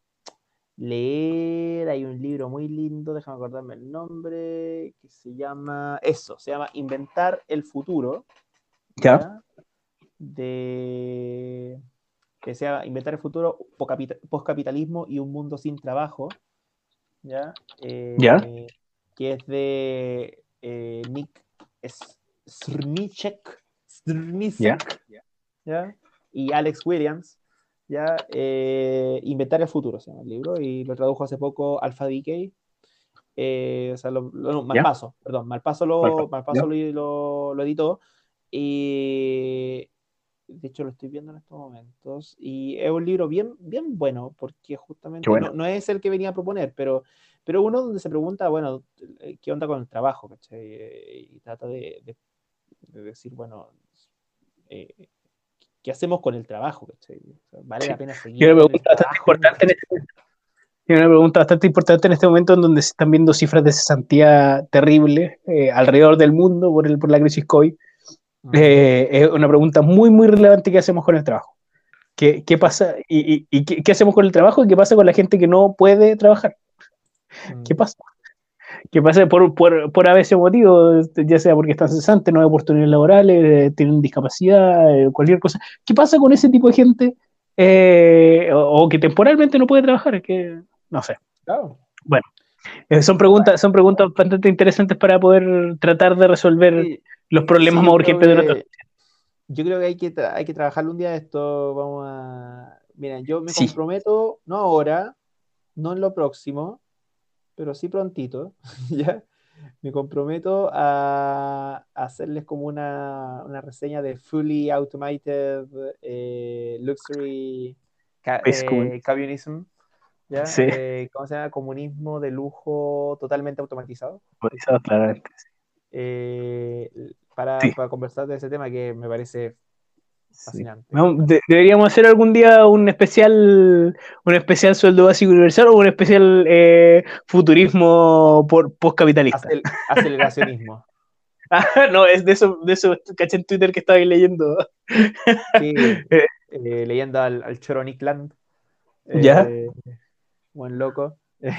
leer. Hay un libro muy lindo, déjame acordarme el nombre, que se llama, eso, se llama Inventar el futuro, ¿Ya? ¿ya? De, que sea Inventar el futuro, postcapitalismo y un mundo sin trabajo, ¿ya? ¿Ya? Eh, que es de eh, Nick Srnicek, ¿Ya? ¿ya? Y Alex Williams, ¿ya? Eh, Inventar el futuro se llama el libro, y lo tradujo hace poco Alpha Decay. Eh, o sea, lo, lo, no, ¿Ya? Malpaso, perdón, Malpaso lo, Malpaso lo, lo, lo editó. Y de hecho lo estoy viendo en estos momentos. Y es un libro bien, bien bueno, porque justamente Qué bueno. no, no es el que venía a proponer, pero, pero uno donde se pregunta, bueno, ¿qué onda con el trabajo? ¿Cachai? Y trata de, de, de decir, bueno, eh, ¿qué hacemos con el trabajo? ¿Cachai? O sea, ¿vale Sí. la pena Y seguir una en el pregunta bastante trabajo? importante en este, y una pregunta bastante importante en este momento, en donde se están viendo cifras de cesantía terribles, eh, alrededor del mundo por, el, por la crisis COVID. Mm, Eh, es una pregunta muy, muy relevante: ¿qué hacemos con el trabajo? ¿Qué, qué sí. pasa? ¿Y, y, y qué, qué hacemos con el trabajo? ¿Y qué pasa con la gente que no puede trabajar? ¿Qué Mm, pasa? ¿Qué pasa por, por, por a veces motivo, ya sea porque están cesantes, no hay oportunidades laborales, eh, tienen discapacidad, eh, cualquier cosa? ¿Qué pasa con ese tipo de gente, eh, o, o que temporalmente no puede trabajar? Que, no sé. claro. Bueno, eh, son Bueno, preguntas, son preguntas bastante interesantes para poder tratar de resolver sí, los sí, problemas más yo creo urgentes de nuestra que sociedad. yo creo que hay que, tra- hay que trabajarlo un día de esto. Vamos a. Miren, yo me Sí, comprometo, no ahora, no en lo próximo, pero sí prontito, ¿ya? Me comprometo a, a hacerles como una, una reseña de Fully Automated eh, Luxury ca- es como, eh, Communism, ¿ya? sí, Eh, ¿cómo se llama? Comunismo de lujo totalmente automatizado. autorizado, claramente. Eh, para, Sí, para conversar de ese tema que me parece sí. fascinante. Vamos, de- deberíamos hacer algún día un especial, un especial sueldo básico universal, o un especial eh, futurismo por postcapitalista. Acel- aceleracionismo. Ah, no, es de eso, de eso caché en Twitter que estaba ahí leyendo. Sí, Eh, eh, leyendo al, al Choro Nick Land, ¿Ya? eh, buen loco.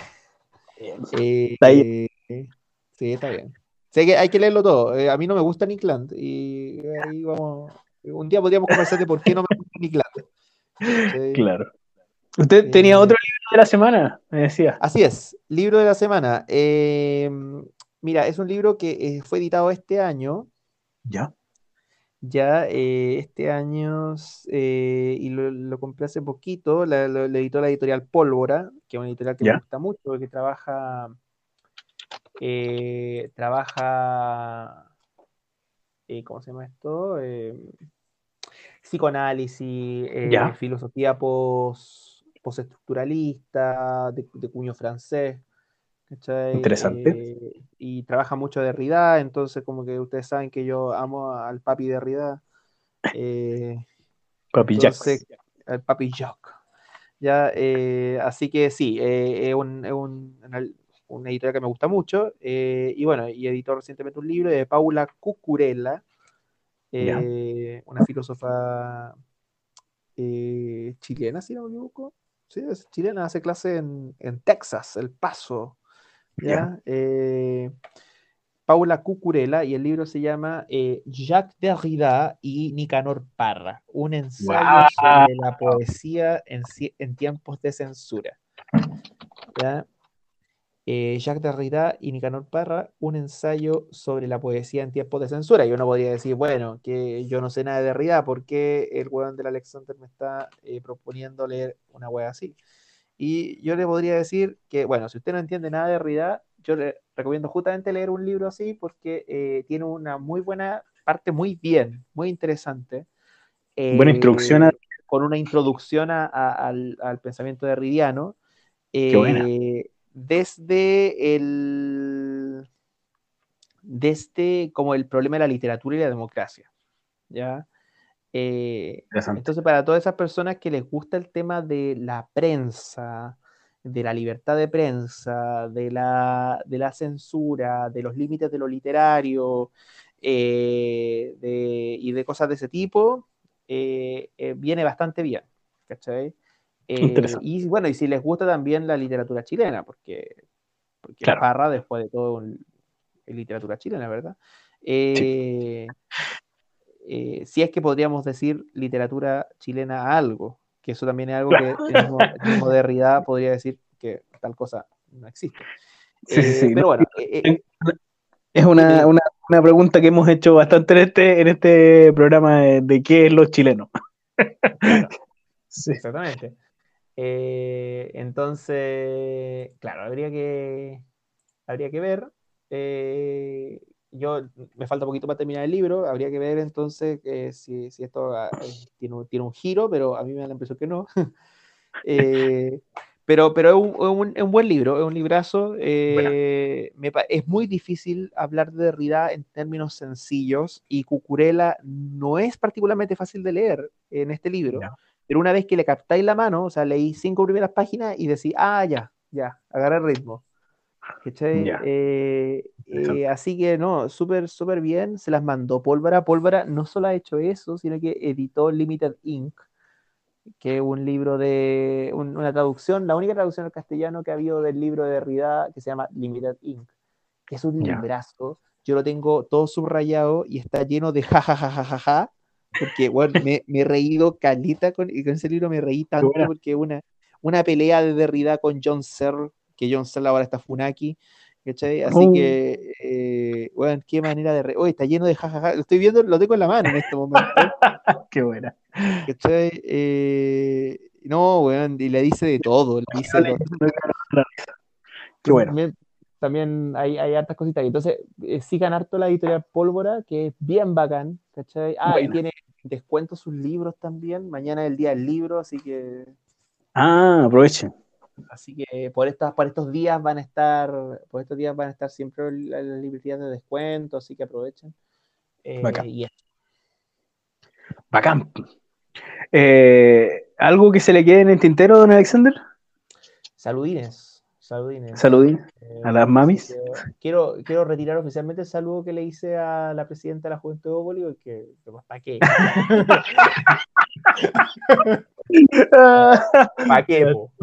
Está ahí. Eh, sí, está bien. Sé que hay que leerlo todo. Eh, a mí no me gusta Nick Land, y ahí vamos. Un día podríamos conversar de por qué no me gusta Nick Land. ¿Cachai? Claro. Usted tenía Eh, otro libro de la semana, me decía. así es, libro de la semana. Eh, mira, es un libro que eh, fue editado este año. ¿Ya? Ya eh, este año, eh, y lo, lo compré hace poquito, la, lo, lo editó la editorial Pólvora, que es una editorial que me ¿Ya? gusta mucho, porque trabaja, eh, trabaja, eh, ¿cómo se llama esto? Eh, psicoanálisis, eh, ¿Ya? filosofía post, postestructuralista, de, de cuño francés, ¿cachai? Interesante. Eh, y trabaja mucho Derrida, entonces como que ustedes saben que yo amo al papi Derrida. Eh, Papi entonces, Jacks. el Papi Jock. Ya, eh, así que sí, eh, es un, es un, una, una editorial que me gusta mucho. Eh, y bueno, y editó recientemente un libro de Paula Cucurella, ¿Ya? eh, una filósofa eh, chilena, si no me equivoco. sí, es chilena, hace clase en, en Texas, El Paso, ¿ya? Ya. Eh, Paula Cucurella, y el libro se llama eh, Jacques Derrida y Nicanor Parra, un ensayo Guau. sobre la poesía en, ci- en tiempos de censura. ¿Ya? Eh, Jacques Derrida y Nicanor Parra, un ensayo sobre la poesía en tiempos de censura. Y uno podría decir, bueno, que yo no sé nada de Derrida, ¿por qué el weón del Alexander me está eh, proponiendo leer una wea así? Y yo le podría decir que, bueno, si usted no entiende nada de Derrida, yo le recomiendo justamente leer un libro así porque eh, tiene una muy buena parte, muy bien, muy interesante, Buena introducción a... eh, con una introducción a- a- al, al pensamiento derridiano, Qué buena. eh, desde el desde como el problema de la literatura y la democracia, ¿ya? Eh, Interesante. entonces, para todas esas personas que les gusta el tema de la prensa, de la libertad de prensa, de la, de la censura, de los límites de lo literario eh, de, y de cosas de ese tipo, eh, eh, viene bastante bien, ¿cachai? Eh, Interesante. y bueno, y si les gusta también la literatura chilena, porque, porque Claro. Parra, después de todo, un- es literatura chilena, ¿verdad? Sí. Eh, eh, si es que podríamos decir literatura chilena a algo, que eso también es algo que el mismo, el mismo Derrida podría decir que tal cosa no existe. Sí, sí, Eh, sí. No, pero bueno, eh, eh, es dime, una, dime. una, una pregunta que hemos hecho bastante en este, en este programa de, de qué es lo chileno. Claro, Sí. exactamente. Eh, entonces, claro, habría que, habría que ver. Eh, yo me falta un poquito para terminar el libro, habría que ver entonces eh, si, si esto ah, eh, tiene, un- tiene un giro, pero a mí me da la impresión que no. Eh, pero pero es un, es un- es un buen libro, es un librazo. Bueno, eh, me pa- es muy difícil hablar de Derrida en términos sencillos y Cucurella no es particularmente fácil de leer en este libro, ya, pero una vez que le captáis la mano, o sea, leí cinco primeras páginas y decís, ah, ya, ya, agarré el ritmo. ¿Cachai? ya, Eh, eh, interesante. así que no, súper, súper bien, se las mandó Pólvora. Pólvora no solo ha hecho eso, sino que editó Limited Inc, que es un libro de un- una traducción, la única traducción al castellano que ha habido del libro de Derrida que se llama Limited Inc, que es un Ya. librazo. Yo lo tengo todo subrayado y está lleno de jajajajaja, porque bueno, me, me he reído calita con, y con ese libro me reí Qué tanto buena. porque una, una pelea de Derrida con John Searle, que John Searle ahora está Funaki, ¿cachai? Así Oh, que, eh, bueno, qué manera de... Re... Oye, está lleno de jajaja, lo estoy viendo, lo tengo en la mano en este momento. qué buena. ¿Cachai? Eh, no, weón, y le dice de todo, le dice lo- Qué bueno. me- también hay, hay hartas cositas. Y entonces, eh, sigan harto la editorial Pólvora, que es bien bacán, ¿cachai? Ah, y Buena. tiene descuento sus libros también. Mañana es el día del libro, así que, Ah, aprovechen. así que por estas, por estos días van a estar, por estos días van a estar siempre las las librerías de descuento, así que aprovechen. Eh, Bacán. y eso. Bacán. Eh, ¿algo que se le quede en el tintero, don Alexander? Saludines, saludines. Saludín a las Eh, así que mamis. quiero, quiero retirar oficialmente el saludo que le hice a la presidenta de la Juventud de Bópoli, porque ¿para qué? ¿Para qué, po?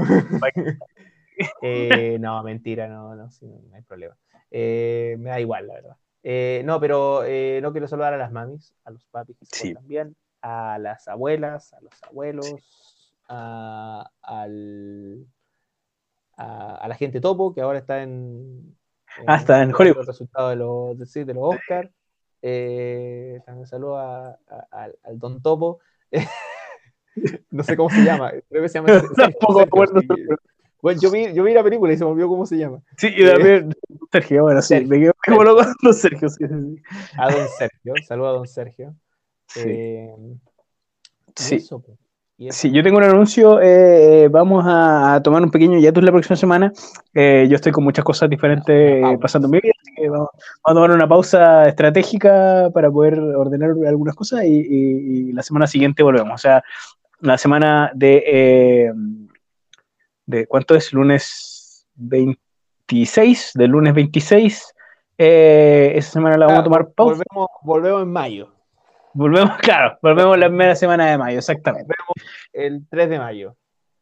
Eh, no, mentira, no, no, sí, no hay problema. Eh, me da igual, la verdad. Eh, no, pero eh, no quiero saludar a las mamis, a los papis que se Sí, portan bien, a las abuelas, a los sí. abuelos, a, al, a, a la gente topo, que ahora está en, Ah, en está en esperando el Hollywood. resultado de los, de, sí, de los Oscars. Eh, también saludo a, a, al, al Don Topo. No sé cómo se llama, creo que se llama Sergio. Tampoco me Sergio acuerdo. sí. Bueno, yo vi, yo vi la película y se me olvidó cómo se llama. Sí, y Eh, también Sergio, bueno, sí, Sergio, me quedo me quedo Sergio. con don Sergio, sí, sí, A Don Sergio, saludo a Don Sergio. sí. Eh, y Sí, eso, pues, y sí, eso. yo tengo un anuncio, eh, vamos a, a tomar un pequeño hiatus la próxima semana. Eh, yo estoy con muchas cosas Una, una diferentes pasando en pausa. mi vida, así que vamos, vamos a tomar una pausa estratégica para poder ordenar algunas cosas y, y- y la semana siguiente volvemos. O sea, la semana de, eh, de ¿cuánto es? Lunes veintiséis, del lunes veintiséis, eh, esa semana la vamos a Ah, vol- tomar pausa. volvemos, volvemos en mayo. Volvemos, claro, volvemos la primera semana de mayo, exactamente. Volvemos el tres de mayo.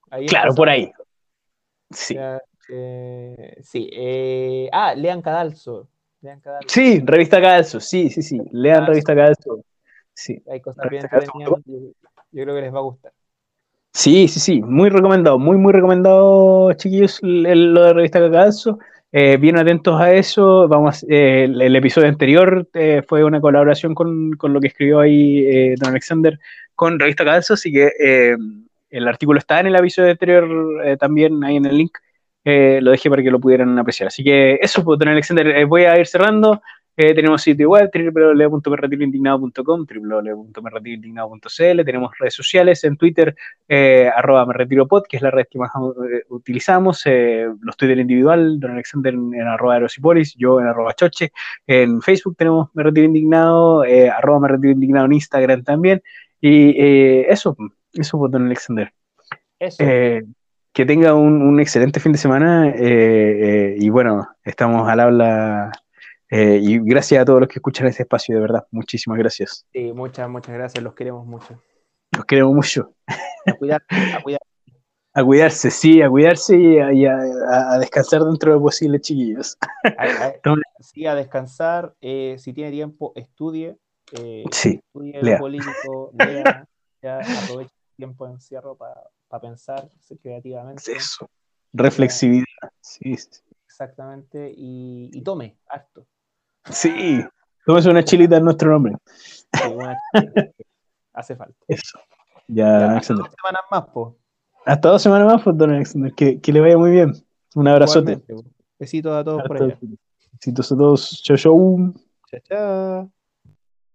Ahí Claro, por empezamos. ahí. Sí. Ya, eh, sí. eh, ah, lean Cadalso. Lean Cadalso. Sí, revista Cadalso, sí, sí, sí. Lean Cadalso, revista Cadalso. Sí. hay cosas bien Revista Cadalso. entretenidas. Yo, yo creo que les va a gustar. Sí, sí, sí, muy recomendado, muy, muy recomendado, chiquillos, el- el- lo de Revista Cacalzo. Eh, bien atentos a eso. Vamos, eh, el, el episodio anterior eh, fue una colaboración con, con lo que escribió ahí eh, Don Alexander con Revista Cacalzo, así que eh, el artículo está en el episodio anterior eh, también ahí en el link. Eh, lo dejé para que lo pudieran apreciar. Así que eso, pues, Don Alexander, eh, voy a ir cerrando. Eh, tenemos sitio web, w w w punto me retiro indignado punto com, w w w punto me retiro indignado punto c l. Tenemos redes sociales en Twitter, eh, arroba me retiro pod, que es la red que más eh, utilizamos. Eh, los Twitter individual, Don Alexander en, en arroba erosipolis, yo en arroba choche. En Facebook tenemos me retiro indignado, eh, arroba me retiro indignado en Instagram también. Y eh, eso, eso por Don Alexander. Eso. Eh, que tenga un, un excelente fin de semana eh, eh, y bueno, estamos al habla eh, y gracias a todos los que escuchan este espacio, de verdad, muchísimas gracias. Sí, muchas, muchas gracias. Los queremos mucho. Los queremos mucho. A cuidar, a cuidar. A cuidarse, sí, a cuidarse y a, y a- a- a descansar dentro de lo posible, chiquillos. A, a- Tome- sí, a descansar. eh, si tiene tiempo, estudie. eh, Sí, estudie lo lea. político, lea. Ya aproveche el tiempo de encierro para pensar creativamente. Eso. Reflexividad. Sí, sí. Exactamente. Y, y tome, harto. Sí. Tómese una chilita en nuestro nombre. Sí, una hace falta. Eso. Ya, Ya, don hasta Alexander. dos semanas más, po. Hasta dos semanas más, pues, don Alexander. Que, que le vaya muy bien. Un abrazote. Igualmente, po. Besitos a todos por Harto allá. besitos a todos. Chau, chau. Chao, chao.